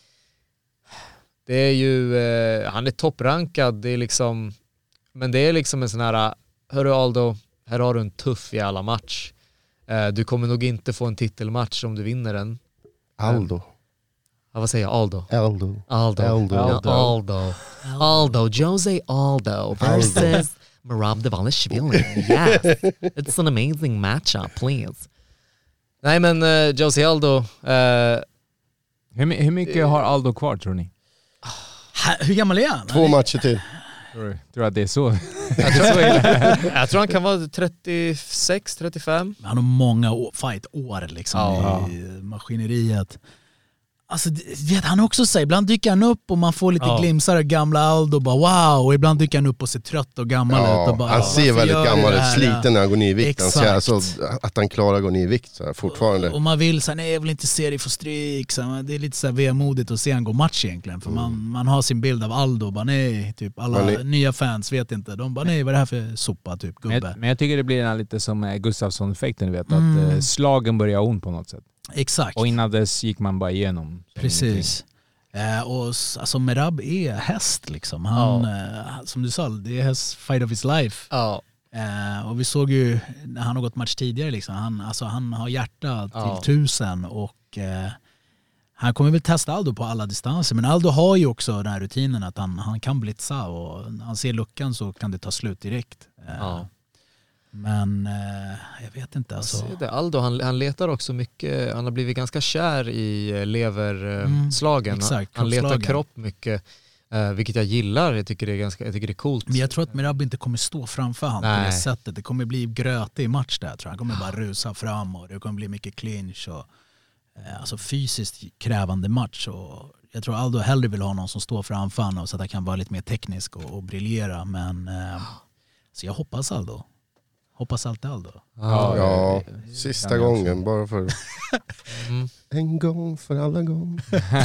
det är ju uh, han är topprankad, det är liksom, men det är liksom en sån här, hörru Aldo, här har du en tuff jävla match. Uh, du kommer nog inte få en titelmatch om du vinner den. Aldo. Ja, vad säger jag? Aldo. Aldo. Aldo. Aldo. Ja, Aldo. Aldo. Jose Aldo versus Merab Dvalishvili. Yes. It's an amazing matchup, please. Nej, men uh, Jose Aldo... Uh, Hur, my- hur mycket har Aldo kvar, tror ni? Ha, hur gammal är han? Två matcher till. Tror du, tror du att det är så? jag, tror, jag tror han kan vara trettiosex trettiofem. Han har många år, fight-år liksom Ja. i maskineriet. Alltså, vet han också säger, ibland dyker han upp och man får lite Ja. glimsar av gamla Aldo och bara wow, och ibland dyker han upp och ser trött och gammal ut. Ja, Och bara, han varför ser väldigt gör du gammal det ut, här? sliten när han går ner i vikt. Han ser Exakt. alltså att han klarar att gå ner i vikt så här, fortfarande. Och man vill säga nej, jag vill inte se dig få stryk. Så här, det är lite så här vemodigt att se han gå match egentligen. För man, man har sin bild av Aldo och bara nej, typ alla Man är- nya fans vet inte. De bara nej, vad är det här för sopa typ, Men gubbe? jag, men jag tycker det blir en lite som eh, Gustafsson-effekten, du vet. Mm. Att eh, slagen börjar ont på något sätt. Exakt. Och innan dess gick man bara igenom. Precis. Eh, och s- alltså Merab är häst liksom. Han, eh, som du sa, det är häst fight of his life. Ja. Eh, och vi såg ju när han har gått match tidigare liksom, han, alltså, han har hjärta till Ja. tusen och eh, han kommer väl testa Aldo på alla distanser. Men Aldo har ju också den här rutinen att han, han kan blitza och när han ser luckan så kan det ta slut direkt. Eh, Ja. Men eh, jag vet inte alltså. Alltså, det, Aldo, han, han letar också mycket, han har blivit ganska kär i Mm, leverslagen. exakt, han, han letar kroppsslagen. kropp mycket, eh, vilket jag gillar. Jag tycker det är, ganska, jag tycker det är coolt. Men jag tror att Merab inte kommer stå framför han på Nej. det sättet. Det kommer bli grötig match där tror jag. Han kommer bara rusa fram och det kommer bli mycket clinch och eh, alltså fysiskt krävande match. Och jag tror Aldo hellre vill ha någon som står framför honom så att han kan vara lite mer teknisk och, och briljera. Men eh, så jag hoppas Aldo. Hoppas alltid Aldo. Ja. Ja, det- sista kan jag också. gången bara för Mm. en gång för alla gånger.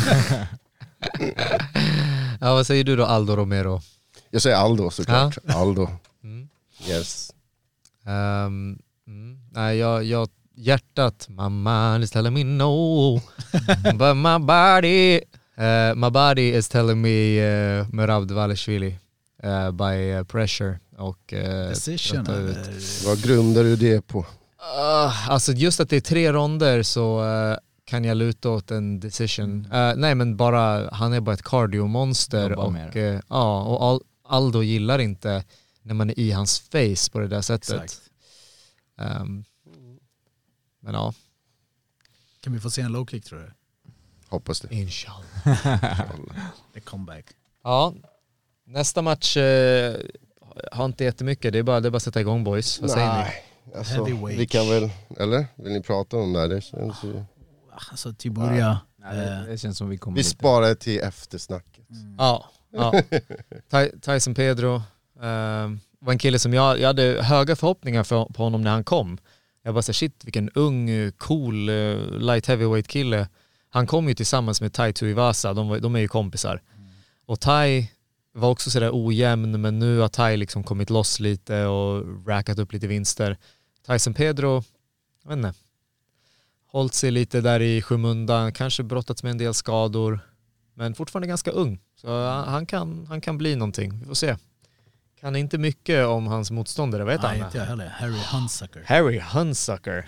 Ja, vad säger du då, Aldo Romero? Jag säger Aldo såklart. Aldo. Mm. Yes. Um, mm. Nej, jag, jag, hjärtat, my mind is telling me no, but my body, uh, my body is telling me uh, Merab Dvalishvili uh, by uh, pressure. Och, uh, Decision trötta ut. eller? Vad grundar du det på? Uh, alltså just att det är tre ronder så uh, kan jag luta åt en decision. Uh, nej men bara, han är bara ett cardiomonster Jobba och, med uh, ja, och Al- Aldo gillar inte när man är i hans face på det där sättet. Exakt. Um, men ja, Kan vi få se en low kick tror du? Hoppas det. inshallah. The comeback. Ja, nästa match uh, har inte jättemycket, det är bara, det är bara att sätta igång boys. Vad säger ni? Nej, alltså, Heavyweight. vi kan väl, eller? Vill ni prata om det här? Det känns ju... Alltså Tiburia. Nej, det, det känns som vi kommer Vi lite. sparar till eftersnacket. Ja, ja. Ty- Tyson Pedro um, var en kille som jag, jag hade höga förhoppningar för, på honom när han kom. Jag bara så shit, vilken ung, cool uh, light heavyweight kille. Han kom ju tillsammans med Tai Tuivasa, de, var, de är ju kompisar. Och Tai var också sådär ojämn, men nu har Tai liksom kommit loss lite och rackat upp lite vinster. Tyson Pedro, jag vet inte, hållit sig lite där i skymundan, kanske brottats med en del skador, men fortfarande ganska ung. Så han kan, han kan bli någonting, vi får se. Kan inte mycket om hans motståndare, vet Nej, han? inte jag heller. Harry Hunsucker. Harry Hunsucker.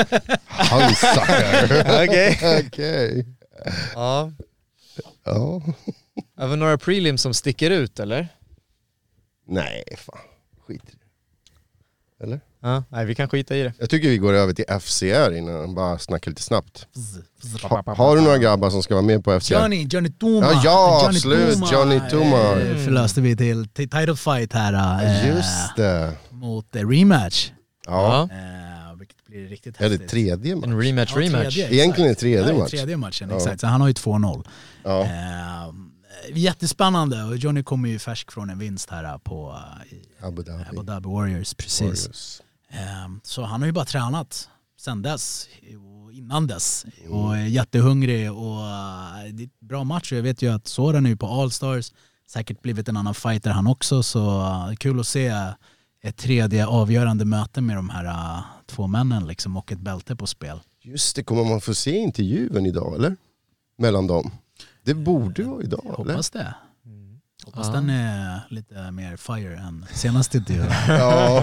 Handsucker. Okej. Okej. Ja. Ja. Är det några prelims som sticker ut, eller? Nej, fan. Skit i det. Eller? Ja, nej, vi kan skita i det. Jag tycker vi går över till F C R innan, bara snacka lite snabbt. Bzz, bzz. Ha, har du några grabbar som ska vara med på F C R? Johnny, Johnny Tuma. Ja, ja, Johnny absolut. Tuma, Johnny Tuma. eh, Förlöste vi till, till title fight här. eh, Just det. Mot eh, rematch. Ja. Eh, vilket blir riktigt Är det häftigt. tredje match? En rematch, Ja, rematch. tredje, exakt. Egentligen är det tredje Ja, match. tredje matchen, Ja. exakt. Så han har ju två noll. Ja. Eh, jättespännande och Johnny kommer ju färsk från en vinst här på uh, Abu Dhabi. Abu Dhabi Warriors, precis. Warriors. Um, så han har ju bara tränat sen dess och innan dess och är jättehungrig och uh, det är ett bra match. Jag vet ju att Soran är ju på All-Stars, säkert blivit en annan fighter han också, så uh, kul att se ett tredje avgörande möte med de här uh, två männen liksom, och ett bälte på spel. Just det, kommer man få se intervjun idag eller? Mellan dem. Det borde vara idag, Jag eller? hoppas det. Hoppas Ja. den är lite mer fire än senaste intervjun. Ja,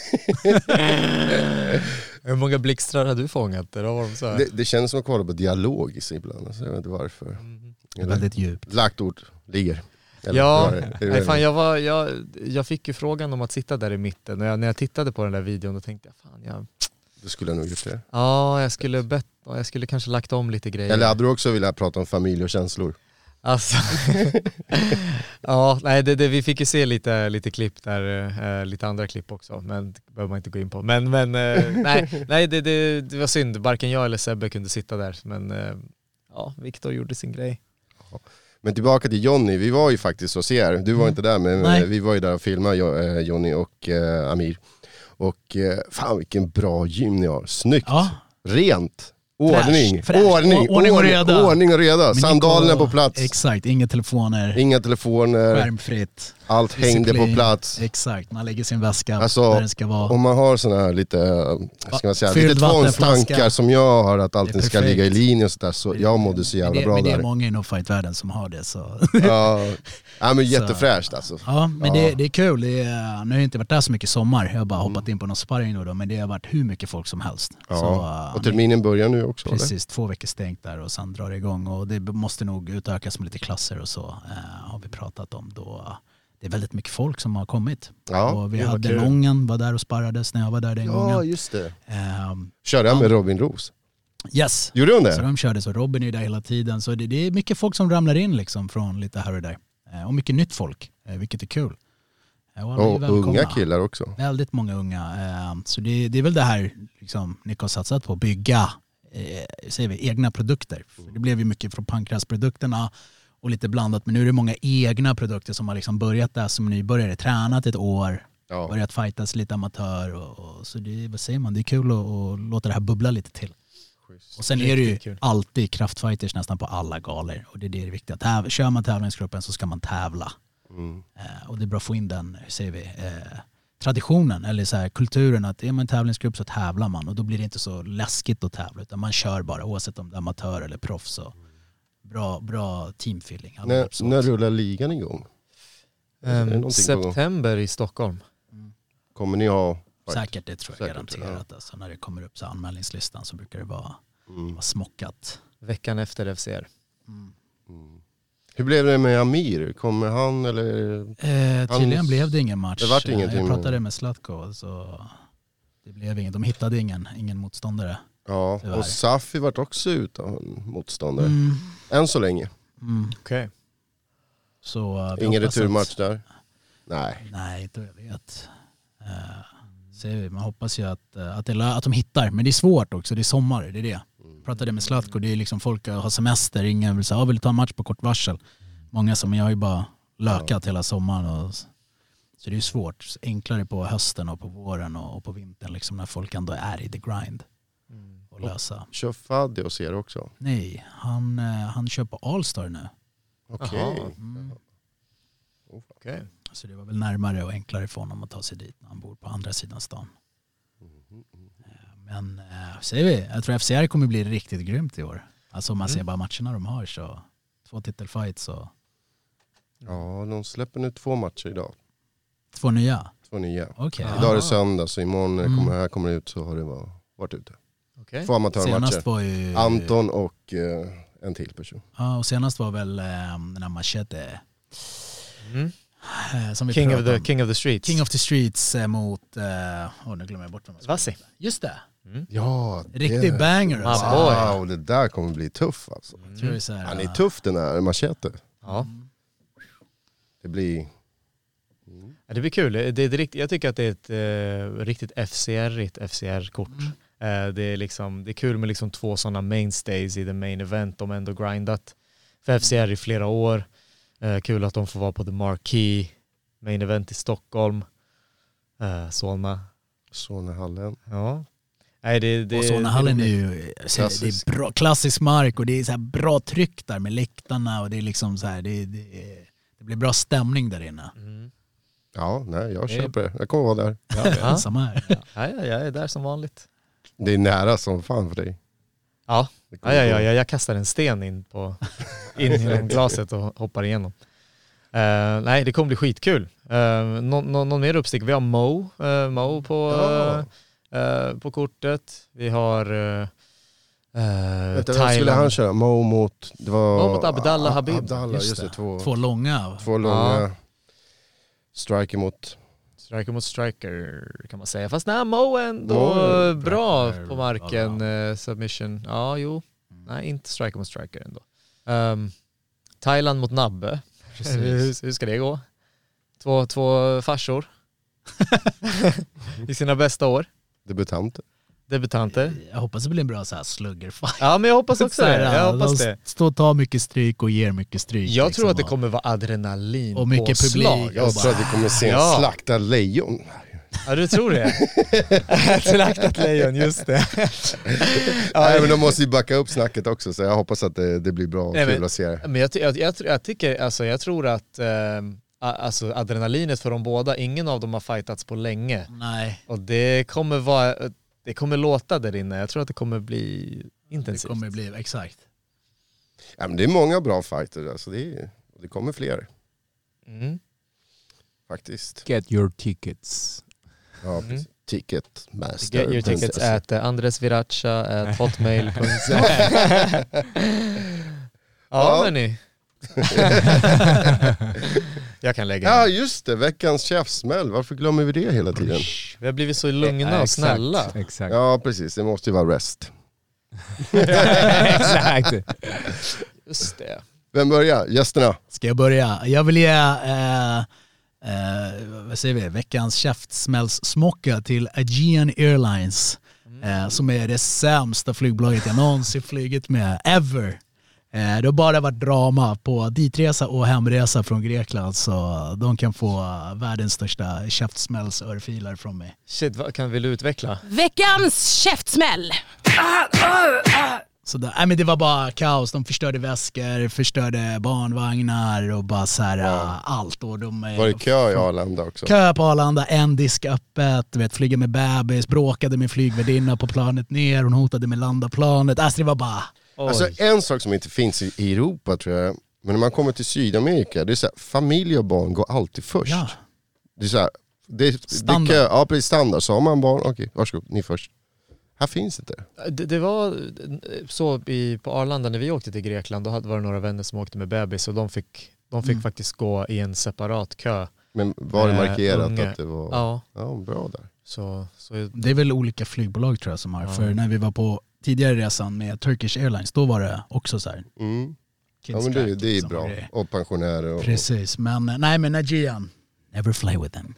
Hur många blixtrar har du fångat? Där har de så här. det, det känns som att kolla på dialog i sig ibland. Alltså, jag vet inte varför. Det är väldigt djupt. Lagt ord ligger. Eller, Ja, hur är det? Hur är nej, det? fan, jag, var, jag, jag fick ju frågan om att sitta där i mitten. När jag, när jag tittade på den där videon då tänkte jag, fan, jag, Du skulle jag nog gjort det. ja, jag skulle, bett, jag skulle kanske lagt om lite grejer. Eller hade du också velat prata om familj och känslor? Alltså, ja, nej, det, det, vi fick ju se lite, lite klipp där, eh, lite andra klipp också, men det behöver man inte gå in på. Men, men eh, nej, nej det, det, det var synd, varken jag eller Sebbe kunde sitta där, men eh, ja, Viktor gjorde sin grej. Men tillbaka till Johnny, vi var ju faktiskt hos er. Du var inte där, men Nej. vi var ju där och filmade Jo- eh, Johnny och eh, Amir. Och eh, fan vilken bra gym ni har. Snyggt, Ja. rent, ordning, fräscht. ordning, Å- ordning och reda. ordning och reda. Men Sandalerna Nico- på plats, Exakt, inga telefoner, inga telefoner, skärmfritt. allt hängde på disciplin. plats. Exakt, man lägger sin väska Alltså, där den ska vara. Om man har såna här lite, vad ska man säga, Fylld lite vattenflaska. tvångstankar som jag har, att Det allting är ska ligga i perfekt. linje och sådär, så jag mådde så Men jävla det, bra men det är där. många inom fightvärlden som har det. Så. Ja, ja men jättefräscht alltså. Ja, men Ja. Det, det är kul. Det är, nu har jag inte varit där så mycket sommar. Jag har bara hoppat in på någon sparring då, då, men det har varit hur mycket folk som helst. Ja. Så, uh, Och terminen börjar nu också, eller? precis, två veckor stängt där och sen drar det igång. Och det måste nog utökas med lite klasser och så, uh, har vi pratat om. Då, uh, det är väldigt mycket folk som har kommit. Ja, och vi det var hade kul. Lången var där och sparrades när jag var där den Ja, gången. just det. Um, Körde jag med Robin Ros? yes. Gjorde hon Så det? de körde så. Robin är ju där hela tiden. Så det, det är mycket folk som ramlar in liksom från lite här och där. Eh, och mycket nytt folk, eh, vilket är kul. Eh, och alla är Och välkomna. unga killar också. Väldigt många unga. Eh, så det, det är väl det här liksom, Nick har satsat på. Bygga eh, säger vi, egna produkter. För det blev ju mycket från pankrasprodukterna och lite blandat. Men nu är det många egna produkter som har liksom börjat där som nybörjare. Tränat ett år. Ja. Börjat fightas lite amatör. Och, och, så det, vad säger man? Det är kul att, att låta det här bubbla lite till. Och sen är det ju Riktigt kul. alltid kraftfighters nästan på alla galor. Och det är det, det är viktigt. Täv- Kör man tävlingsgruppen så ska man tävla. Mm. Eh, och det är bra att få in den, hur säger vi, eh, traditionen eller så här, kulturen att är man en tävlingsgrupp så tävlar man. Och då blir det inte så läskigt att tävla utan man kör bara oavsett om det är amatör eller proffs. Så bra, bra teamfeeling. Alla När, hjälps åt. när rullar ligan igång? Är det Um, någonting på gång? september i Stockholm. Kommer ni ha fight? Säkert, det tror jag Säkert, garanterat. Alltså, när det kommer upp så här anmälningslistan så brukar det vara, Mm. vara smockat. Veckan efter F C R. Mm. Mm. Hur blev det med Amir? Kommer han eller? Eh, tydligen Han- blev det ingen match. Det vart Eh, ingenting Jag med- pratade med Zlatko så det blev ingen. De hittade ingen, ingen motståndare. Ja, Tyvärr. och Safi vart också utan motståndare. Mm. Än så länge. Mm. Okej. Så, eh, vi Ingen hoppas returmatch att, där? Nej. Nej, inte vad jag vet. Uh, ser vi, man hoppas ju att, eh, att, det, att de hittar. Men det är svårt också, det är sommar, det är det. Jag pratade med Zlatko, det är liksom folk har semester, ingen vill säga, ah, vill ta en match på kort varsel. Många som, jag har ju bara lökat hela sommaren. Och, så det är svårt. Enklare på hösten och på våren och, och på vintern liksom, när folk ändå är i the grind. Och lösa. Kör Faddi och ser också? Nej, han, eh, han kör på All-Star nu. Okej. Jaha. Mm. Okej. Så det var väl närmare och enklare för honom att ta sig dit när han bor på andra sidan stan. Men eh, säger vi, jag tror F C R kommer bli riktigt grymt i år. Alltså om man Mm. ser bara matcherna de har så två titelfights och Ja, de släpper nu två matcher idag. två nya. Två nya. Okej. Idag är det Ah. söndag, så imorgon när det Mm. kommer, här kommer det ut så har det var- varit ute. Okej. Två amatörmatcher. Senast var ju... Anton och eh, en till person. Ja, och senast var väl eh, den här Machete. Mm. Eh, som vi King, of pratade the, om. King of the Streets. King of the Streets eh, mot... Eh, oh, nu glömmer jag bort vem jag Vassi. Just det. Mm. Ja, Riktig banger Ah, alltså. boy. Wow, det där kommer bli tuff alltså. Jag tror det är så här, Han är eh, tuff den här Machete. Ja. Det blir... Ja, det blir kul. Det är ett rikt, jag tycker att det är ett eh, riktigt F C R-igt F C R-kort. Mm. Eh, det, är liksom, det är kul med liksom två sådana mainstays i the main event. De har ändå grindat för F C R i flera år. Eh, kul att de får vara på The Marquee Main Event i Stockholm. Eh, Solna. Solnahallen. Ja. Nej, det, det, och Solnahallen är ju så det är bra, klassisk mark och det är så här bra tryck där med läktarna och det är liksom så här, det, det, det blir bra stämning där inne. Mm. Ja, nej, jag köper det. Jag kommer vara där. Ja, ja. Samma här. Ja, ja, jag är där som vanligt. Det är nära som fan för dig. Ja, Det ja, kommer ja, gå. ja, ja jag kastar en sten in, på, in genom glaset och hoppar igenom. Uh, nej, det kommer bli skitkul. Uh, någon, någon, någon mer uppstick? Vi har Mo, uh, Mo på, Ja. uh, på kortet. Vi har uh, uh, Vänta, vad skulle Thailand. han köra? Mo mot... Det var... Mo mot Abdallah Ah, Habib. Abdallah, just, Just det. det. Två, Två långa. två långa Ja. striker mot... Striker mot striker kan man säga. Fast nej, Mo är ändå Mo är bra striker, på marken. ja, Uh, submission. Ja, jo. Nej, inte striker mot striker ändå. Um, Thailand mot Nabbe. Hur, hur ska det gå? Två, två farsor i sina bästa år. Debutant. Debutanter. Jag hoppas det blir en bra så här sluggerfight. Ja, men jag hoppas också Så här, det. Jag hoppas de det. står och tar mycket stryk och ger mycket stryk. Jag liksom, tror att det och- kommer vara adrenalin Och mycket på publik. slag. Jag tror att vi kommer se en Ja. slakta lejon. Ja, du tror det? Slaktat lejon, just det. Nej, men de måste ju backa upp snacket också, så jag hoppas att det, det blir bra och Nej, kul men- att se det. Men jag, ty- jag, jag, jag, tycker, alltså, jag tror att eh, alltså, adrenalinet för de båda, ingen av dem har fightats på länge. Nej, Och det kommer vara, det kommer låta där inne. Jag tror att det kommer bli det intensivt. kommer bli, exakt. Ja, men det är många bra fighter, alltså det, är, det kommer fler Mm. faktiskt. Get your tickets. Ja, Mm. precis. Ticketmaster. Get your tickets at uh, andresviracha at hotmail dot com. Ja, Ja. men ni. Jag kan lägga Ja, in. just det. Veckans käftsmäll. Varför glömmer vi det hela tiden? Vi har blivit så lugna och Exakt, snälla. Exakt. Ja, precis. Det måste ju vara rest. Exakt. Just det. Vem börjar? Gästerna? Ska jag börja? Jag vill ge eh, eh, vad säger vi? Veckans käftsmällssmocka till Aegean Airlines eh, som är det sämsta flygbolaget jag någonsin flugit med, ever. Eh, det har bara varit drama på ditresa och hemresa från Grekland, så de kan få världens största käftsmällsörfilar från mig. Shit, vad kan vill du utveckla? Veckans käftsmäll. Så där, nej, men det var bara kaos. De förstörde väskor, förstörde barnvagnar och bara så här, äh, allt. Och de, Var det kö i Arlanda också? Kö på Arlanda, en disk öppet, du vet, flyga med bebis, bråkade med flygvärdinna på planet ner, hon hotade med landa planet. Alltså det var bara... Oj. Alltså en sak som inte finns i i Europa tror jag, men när man kommer till Sydamerika, det är så här, familj och barn går alltid först. Ja. Det är så här, det, det Standard. kö, ja precis, standard. Så har man barn, okej, varsågod, ni först. Här finns inte det. Det, det var så i, på Arlanda när vi åkte till Grekland, då hade- var det några vänner som åkte med bebis och de fick, de fick Mm. faktiskt gå i en separat kö. Men var det Eh, markerat unge. att det var... Ja, Ja, bra där. så, så Det är väl olika flygbolag tror jag som har. Ja. För när vi var på tidigare resan med Turkish Airlines, då var det också så här. Mm. Ja, kids men det, track, det är liksom, bra. och grejer. Och pensionärer. Och, Precis, men nej men Aegean, never fly with them.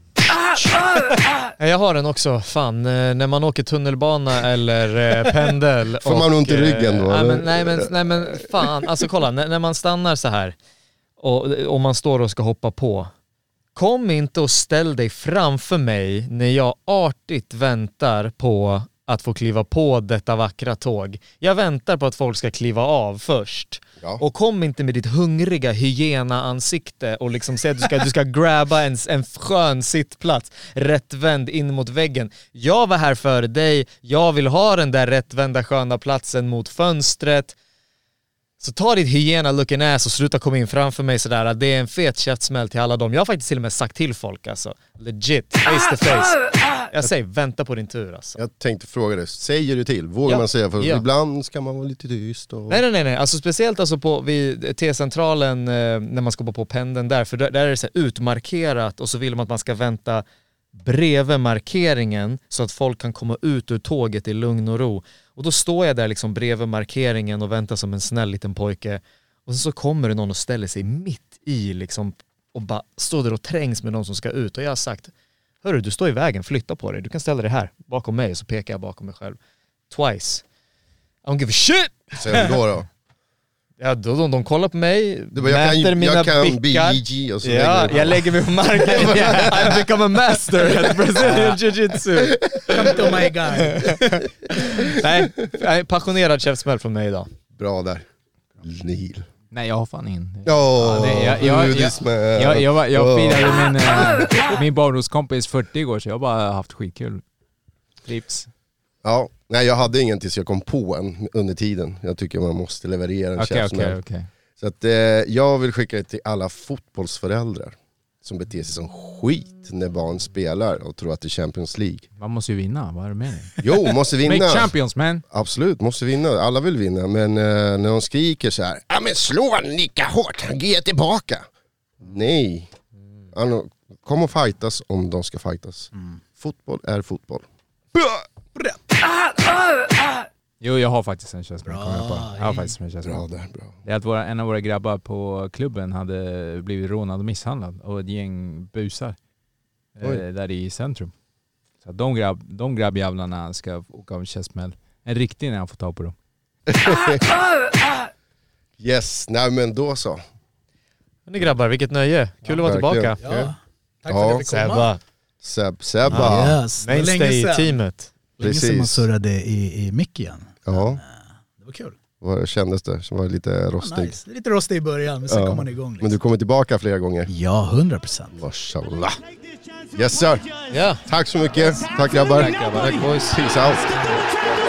Ja, jag har den också. Fan, eh, när man åker tunnelbana eller eh, pendel. Får man ont i ryggen då, Eh, eller? nej, men, nej, men, nej men fan, alltså kolla, när, när man stannar så här och, och man står och ska hoppa på. Kom inte och ställ dig framför mig när jag artigt väntar på att få kliva på detta vackra tåg. Jag väntar på att folk ska kliva av först. ja. Och kom inte med ditt hungriga hyena-ansikte och liksom säga att du ska, du ska grabba en, en skön sittplats rättvänd in mot väggen. Jag var här före dig, jag vill ha den där rättvända sköna platsen mot fönstret. Så ta ditt hyena-looking ass och sluta komma in framför mig sådär. Det är en fet käftsmäll till alla dem. Jag har faktiskt till och med sagt till folk alltså. Legit, face to face. Jag säger vänta på din tur alltså. Jag tänkte fråga dig, säger du till? Vågar Ja. man säga? För Ja. ibland ska man vara lite tyst. Och... Nej nej nej, nej. Alltså speciellt alltså på vid T-centralen eh, när man ska gå på pendeln där, för där, där är det så här utmarkerat och så vill man att man ska vänta bredvid markeringen så att folk kan komma ut ur tåget i lugn och ro. Och då står jag där liksom bredvid markeringen och väntar som en snäll liten pojke. Och så kommer det någon och ställer sig mitt i liksom och bara står där och trängs med någon som ska ut. Och jag har sagt, hörru du står i vägen, flytta på dig. Du kan ställa dig här bakom mig, så pekar jag bakom mig själv. Twice. I don't give a shit! Säger du då då? Ja, då, de, de kollar på mig, Du bara, jag mäter kan, mina jag kan B bickar. J J och så Ja, lägger du jag lägger mig på marken. I become a master at Brazilian jiu-jitsu. Come to my guy. Nej, nej, passionerad käftsmäll från mig idag. Bra där. Neil. Nej, jag har fan in. Åh, Ja, det- jag- jag- Rudy jag- Smith. Jag, jag, var- jag Åh. firade min, eh, min barndomskompis fyrtio igår, så jag har bara haft skitkul. Trips. Ja, nej jag hade ingen tills jag kom på en under tiden. Jag tycker man måste leverera en Okej, käftsmäll. okej, okej. Så att, eh, jag vill skicka det till alla fotbollsföräldrar som beter sig som skit när barn spelar och tror att det är Champions League. Man måste ju vinna, vad är det med dig? Jo, måste vinna. Make champions man! Absolut, måste vinna. Alla vill vinna. Men eh, när de skriker så här, ja men slå han lika hårt, han ger tillbaka. Nej. Alltså, kom och fightas om de ska fightas. Fotboll är fotboll. Jo, jag har faktiskt en käftsmäll, kommer jag på. Jag har faktiskt en käftsmäll. Bra där, bra. Det är att våra, en av våra grabbar på klubben hade blivit rånad och misshandlad och ett gäng busar eh, Oj. där i centrum. Så att de, grabb, de grabbjävlarna ska åka av en käftsmäll. En riktig när han får ta på dem. Yes, nej men då så. Men grabbar, vilket nöje. Kul att vara verkligen. tillbaka. Ja. Tack Ja. för att jag fick komma. Sebba, Seb, Sebba. Yes. Det var länge mainstay i sedan. teamet. Länge sedan man Precis. surrade i, i mick igen. Ja, Det var kul. vad kändes det? Som var lite rostig. Nice. Lite rostig i början, men sen Ja. kom man igång. Liksom. Men du kommer tillbaka flera gånger. Ja, hundra procent. Mashallah. Yes sir. Ja. Tack så mycket. Tack grabbar. Tack grabbar. Tack boys. Peace out.